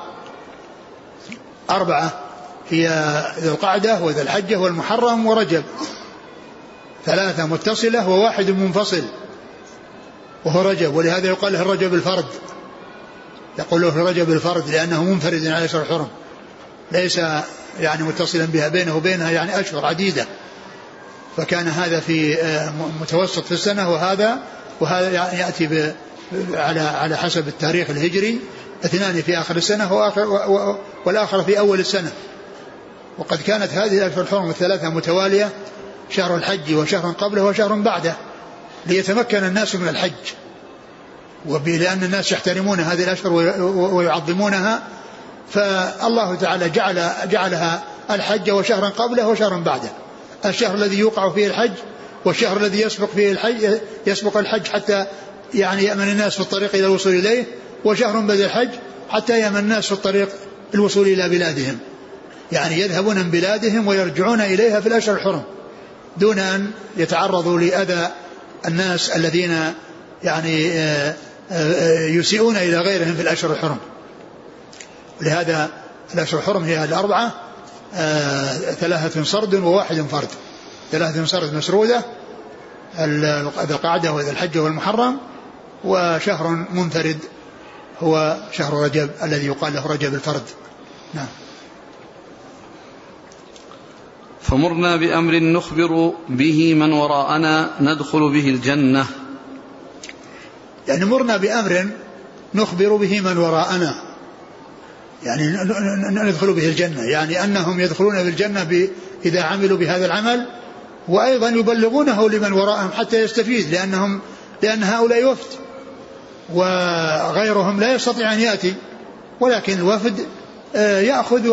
أربعة، هي ذو القعدة وذو الحجة والمحرم ورجب، 3 متصلة وواحد منفصل وهو رجب، ولهذا يقال له الرجب الفرد، يقول له رجب الفرد لأنه منفرد على أشهر الحرم، ليس يعني متصلا بها، بينه وبينها يعني أشهر عديدة. فكان هذا في متوسط في السنة، وهذا يعني يأتي على حسب التاريخ الهجري، 2 في آخر السنة والآخر في أول السنة. وقد كانت هذه الأشهر الحرم 3 متوالية، شهر الحج وشهر قبله وشهر بعده، ليتمكن الناس من الحج، ولأن الناس يحترمون هذه الأشهر ويعظمونها، فالله تعالى جعلها الحج وشهرا قبله وشهرا بعده، الشهر الذي يوقع فيه الحج والشهر الذي يسبق الحج حتى يعني يأمن الناس في الطريق إلى الوصول إليه، وشهر بعد الحج حتى يأمن الناس في الطريق الوصول إلى بلادهم، يعني يذهبون من بلادهم ويرجعون إليها في الأشهر الحرم دون أن يتعرضوا لأذى الناس الذين يعني يسيئون إلى غيرهم في الأشهر الحرم. لهذا الأشهر الحرم هي 4، 3 سرد وواحد فرد، 3 سرد مسرودة، القعدة والحج والمحرم، وشهر منفرد هو شهر رجب الذي يقال له رجب الفرد. نعم. فمرنا بأمر نخبر به من وراءنا ندخل به الجنة. يعني مرنا بأمر نخبر به من وراءنا، يعني ندخل به الجنة، يعني أنهم يدخلون بالجنة إذا عملوا بهذا العمل، وأيضا يبلغونه لمن وراءهم حتى يستفيد، لأن هؤلاء وفد وغيرهم لا يستطيع أن يأتي، ولكن الوفد يأخذ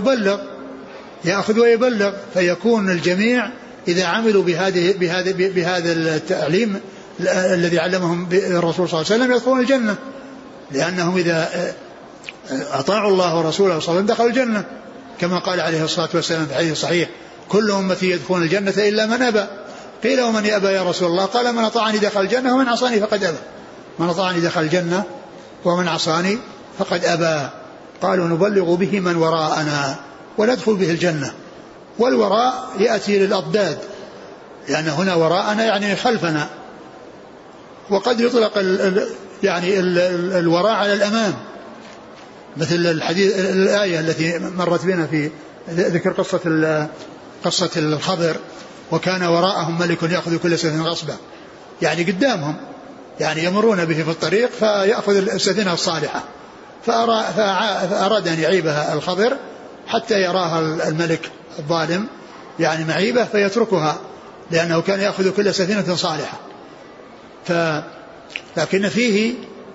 ويبلغ، فيكون الجميع إذا عملوا بهذا التعليم الذي علمهم الرسول صلى الله عليه وسلم يدخلون الجنة، لأنهم إذا أطاعوا الله ورسوله صلى الله عليه وسلم دخلوا الجنة، كما قال عليه الصلاة والسلام في الحديث الصحيح: كل أمتي يدخلون الجنة إلا من أبى. قيل: ومن يأبى يا رسول الله؟ قال: من أطاعني دخل الجنة ومن عصاني فقد أبى. من أطاعني دخل الجنة ومن عصاني فقد أبى. قالوا: نبلغ به من وراءنا وندخل به الجنة. والوراء يأتي للأضداد، لأن هنا وراءنا يعني خلفنا، وقد يطلق يعني الوراء على الأمام، مثل الحديث الآية التي مرت بنا في ذكر قصة الخضر: وكان وراءهم ملك يأخذ كل سفينة غصبا، يعني قدامهم، يعني يمرون به في الطريق فيأخذ السفينة الصالحة، فأراد أن يعيبها الخضر حتى يراها الملك الظالم يعني معيبة فيتركها، لأنه كان يأخذ كل سفينة صالحة. لكن فيه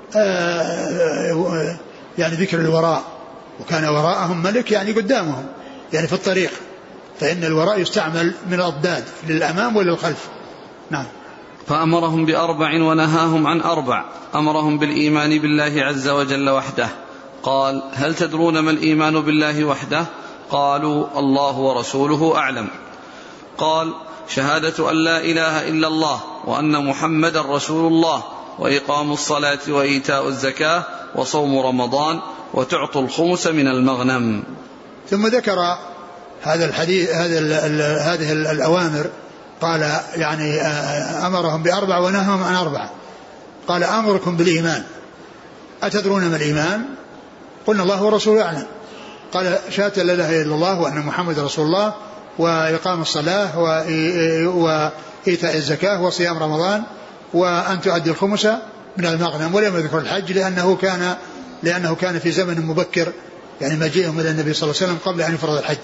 يعني ذكر الوراء، وكان وراءهم ملك يعني قدامهم، يعني في الطريق، فإن الوراء يستعمل من الأضداد للأمام وللخلف. نعم. فأمرهم ب4 ونهاهم عن 4. أمرهم بالإيمان بالله عز وجل وحده. قال: هل تدرون ما الإيمان بالله وحده؟ قالوا: الله ورسوله أعلم. قال: شهادة أن لا إله إلا الله وأن محمد رسول الله، وإقام الصلاة وإيتاء الزكاة وصوم رمضان وتعطوا الخمس من المغنم. ثم ذكر هذا الحديث هذه الأوامر، قال يعني أمرهم ب4 ونهاهم عن 4. قال: أمركم بالإيمان، أتدرون ما الإيمان؟ قلنا: الله ورسوله أعلم. قال: شهادة لا إله إلا الله وأن محمد رسول الله وإقام الصلاة وإيتاء الزكاة وصيام رمضان وأن تؤدي الخمس من المغنم، ولم يذكر الحج لأنه كان في زمن مبكر، يعني مجيئهم إلى النبي صلى الله عليه وسلم قبل أن يفرض الحج.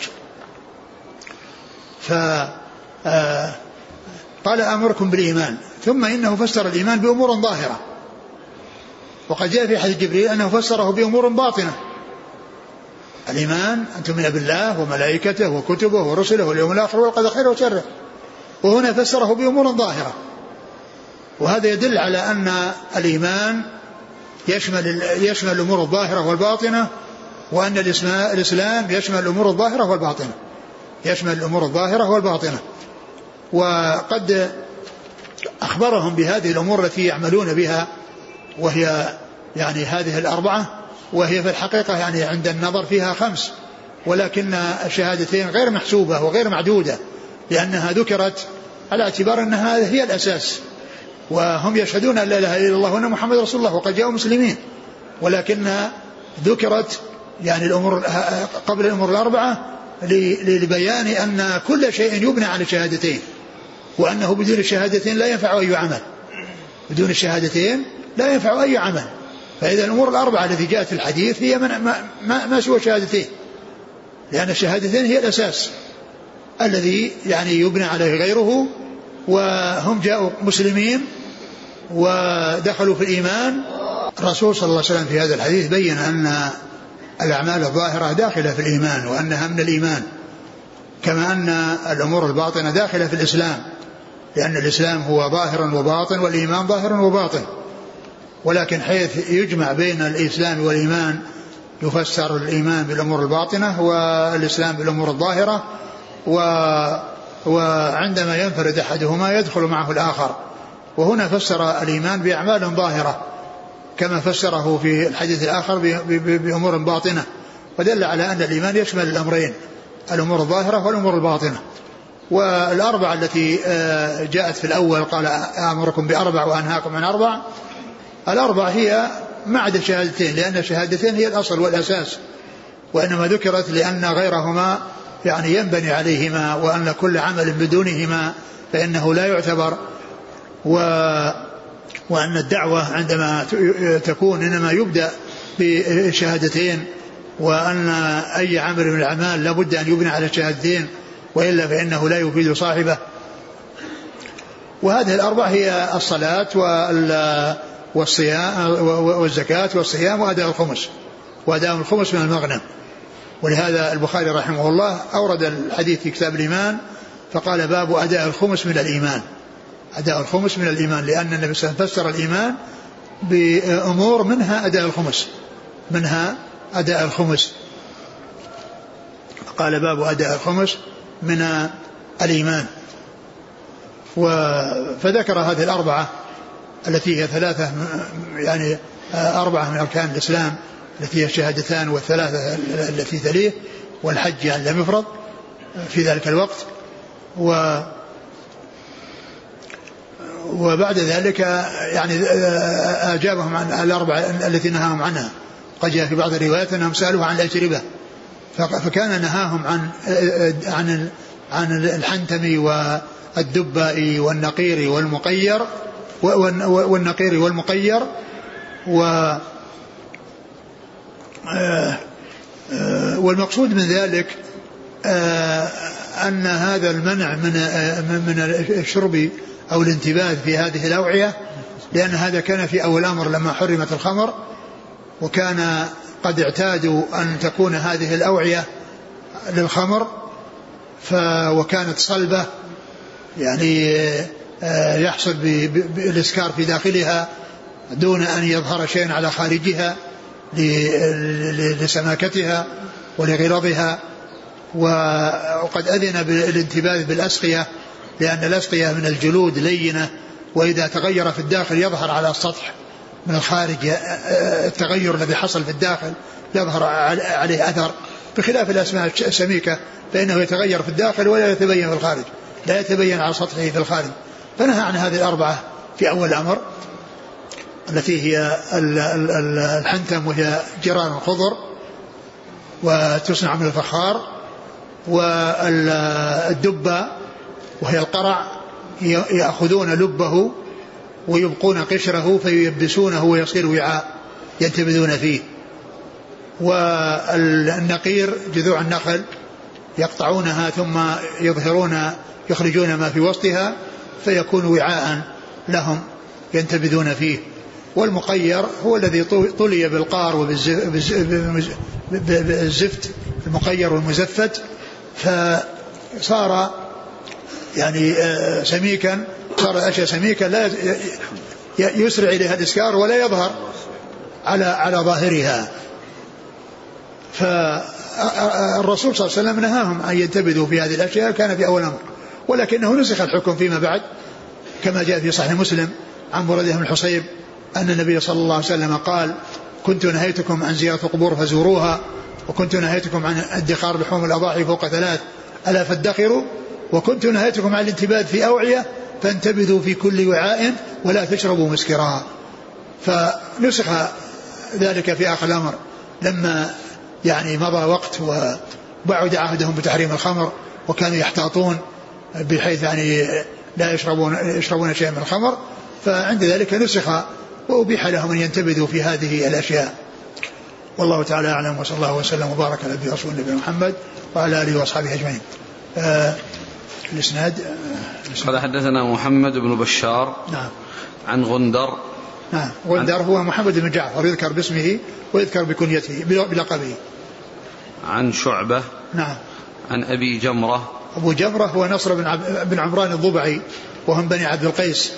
قال أمركم بالإيمان، ثم إنه فسر الإيمان بأمور ظاهرة، وقد جاء في حديث جبريل أنه فسره بأمور باطنة. الإيمان أن تؤمن بالله وملائكته وكتبه ورسله واليوم الآخر والقدر خيره وشره، وهنا فسره بأمور ظاهرة. وهذا يدل على أن الإيمان يشمل الأمور الظاهرة والباطنة، وأن الإسلام يشمل الأمور الظاهرة والباطنة، يشمل الأمور الظاهرة والباطنة. وقد أخبرهم بهذه الأمور التي يعملون بها، وهي يعني هذه الأربعة، وهي في الحقيقة يعني عند النظر فيها 5، ولكن الشهادتين غير محسوبة وغير معدودة، لأنها ذكرت على اعتبار أنها هي الأساس، وهم يشهدون أن لا إله إلا الله وأن محمد رسول الله وقد جاءوا مسلمين، ولكنها ذكرت يعني الأمور قبل الأمور الأربعة لبيان أن كل شيء يبنى على الشهادتين، وأنه بدون الشهادتين لا ينفع أي عمل، بدون الشهادتين لا ينفع أي عمل. فإذا الأمور الأربعة التي جاءت في الحديث هي ما سوى شهادتين، لأن الشهادتين هي الأساس الذي يعني يبنى عليه غيره. وهم جاءوا مسلمين ودخلوا في الإيمان. الرسول صلى الله عليه وسلم في هذا الحديث بين أن الأعمال الظاهرة داخلة في الإيمان وأنها من الإيمان، كما أن الأمور الباطنة داخلة في الإسلام، لأن الإسلام هو ظاهر وباطن والإيمان ظاهر وباطن. ولكن حيث يجمع بين الإسلام والإيمان يفسر الإيمان بالأمور الباطنة والإسلام بالأمور الظاهرة، وعندما ينفرد أحدهما يدخل معه الآخر. وهنا فسر الإيمان بأعمال ظاهرة كما فسره في الحديث الآخر بأمور باطنة، ودل على أن الإيمان يشمل الأمرين، الأمور الظاهرة والأمور الباطنة. والأربعة التي جاءت في الأول قال أمركم بأربع وأنهاكم عن أربع، الأربع هي ما عدا الشهادتين، لأن الشهادتين هي الأصل والأساس، وإنما ذكرت لأن غيرهما يعني ينبني عليهما، وأن كل عمل بدونهما فإنه لا يعتبر. وأن الدعوة عندما تكون إنما يبدأ بالشهادتين، وأن أي عمل من الأعمال لابد أن يبنى على الشهادتين، وإلا فإنه لا يفيد صاحبه. وهذه الأربع هي الصلاة والصيام والزكاة والصيام وأداء الخمس، وأداء الخمس من المغنم. ولهذا البخاري رحمه الله أورد الحديث في كتاب الإيمان فقال باب أداء الخمس من الإيمان، أداء الخمس من الإيمان، لأن النبي صلى الله عليه وسلم فسر الإيمان بأمور منها أداء الخمس، منها أداء الخمس، قال باب أداء الخمس من الإيمان. فذكر هذه الأربعة التي هي ثلاثة، يعني أربعة من أركان الإسلام التي هي الشهادتان، والثلاثة التي تليه، والحج يعني لم يفرض في ذلك الوقت. وبعد ذلك يعني أجابهم عن الأربعة التي نهاهم عنها. قد جاء في بعض الروايات أنهم سألوه عن الأجربة، فكان نهاهم عن الحنتم والدباء والنقير والمقير والمقصود من ذلك أن هذا المنع من الشرب أو الانتباه في هذه الأوعية، لأن هذا كان في أول أمر لما حرمت الخمر، وكان قد اعتادوا أن تكون هذه الأوعية للخمر، وكانت صلبة، يعني يحصل بالإسكار في داخلها دون أن يظهر شيء على خارجها لسماكتها ولغلظها. وقد أذن بالانتباه بالأسقية، لأن الأسقية من الجلود لينة، وإذا تغير في الداخل يظهر على السطح من الخارج، التغير الذي حصل في الداخل يظهر عليه أثر، بخلاف الأسماك السميكة فإنه يتغير في الداخل ولا يتبين في الخارج، لا يتبين على سطحه في الخارج. فنهى عن هذه الأربعة في أول أمر التي هي الحنتم، وهي جرار خضر وتصنع من الفخار، والدبة وهي القرع يأخذون لبه ويبقون قشره فييبسونه ويصير وعاء ينتبذون فيه. والنقير جذوع النخل يقطعونها ثم يخرجون ما في وسطها فيكون وعاء لهم ينتبذون فيه. والمقير هو الذي طلي بالقار وبالزفت، المقير والمزفت، فصار يعني سميكا، صار أشياء سميكا لا يسرع إليها الإسكار ولا يظهر على ظاهرها. فالرسول صلى الله عليه وسلم نهاهم أن ينتبذوا في هذه الأشياء، كان في أول أمر، ولكنه نسخ الحكم فيما بعد كما جاء في صحيح مسلم عن بريدة بن الحصيب أن النبي صلى الله عليه وسلم قال: كنت نهيتكم عن زيارة القبور فزوروها، وكنت نهيتكم عن ادخار لحوم الأضاحي فوق 3 ألا فادخروا، وكنت نهيتكم عن الانتباذ في أوعية فانتبذوا في كل وعاء ولا تشربوا مسكرا. فنسخ ذلك في آخر الأمر لما يعني مضى وقت وبعد عهدهم بتحريم الخمر وكانوا يحتاطون بحيث يعني لا يشربون شيئا من الخمر، فعند ذلك نسخ وأبيح لهم أن ينتبذوا في هذه الأشياء. والله تعالى أعلم، وصلى الله وسلم وبارك على رسول الله محمد وعلى آله وأصحابه أجمعين. الإسناد قال حدثنا محمد بن بشار. نعم. عن غندر. نعم. غندر هو محمد بن جعفر، يذكر باسمه ويذكر بكنيته بلقبه. عن شعبة. نعم. عن أبي جمرة. أبو جمرة هو نصر بن عمران الضبعي، وهم بني عبد القيس،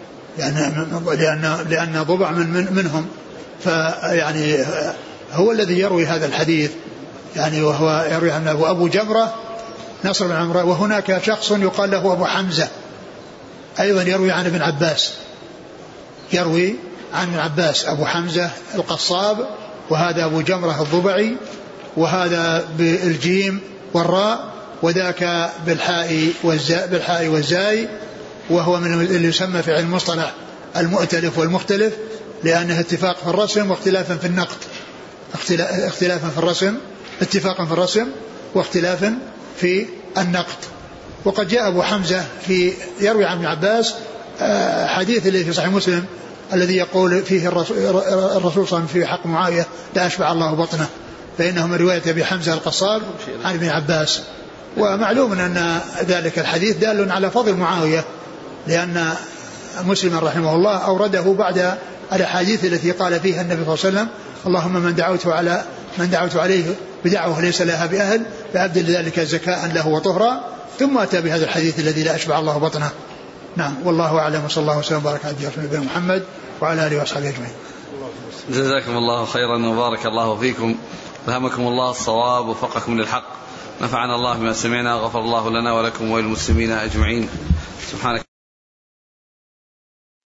لأن ضبع منهم، فيعني هو الذي يروي هذا الحديث يعني، وهو يروي عنه أبو جمرة نصر بن عمران. وهناك شخص يقال له أبو حمزة أيضا يروي عن ابن عباس، يروي عن ابن عباس، أبو حمزة القصاب، وهذا أبو جمرة الضبعي، وهذا بالجيم والراء، وذاك بالحاء والزاي، وهو من اللي يسمى في علم المصطلح المؤتلف والمختلف، لأنه اتفاق في الرسم واختلافا في النقد، اختلافا في الرسم، اتفاقا في الرسم واختلافا في النقد. وقد جاء أبو حمزة في يروي عن ابن عباس حديث اللي في صحيح مسلم الذي يقول فيه الرسول صلى الله عليه وسلم في حق معاوية: لا أشبع الله بطنه، فإنه من رواية أبي حمزة القصاب عن ابن عباس. ومعلوم أن ذلك الحديث دال على فضل معاوية، لأن مسلم رحمه الله أورده بعد الأحاديث التي قال فيها النبي صلى الله عليه وسلم: اللهم من دعوت عليه بدعوه ليس لها بأهل فأبدل ذلك زكاء له وطهرا، ثم أتى بهذا الحديث الذي لا أشبع الله بطنه. نعم. والله أعلم، وصلى الله وسلم وبارك على نبينا محمد وعلى آله وأصحابه أجمعين. جزاكم الله خيرا وبارك الله فيكم، فهمكم الله الصواب ووفقكم للحق، نفعنا الله بما سمعنا، غفر الله لنا ولكم وللمسلمين أجمعين. سبحانك.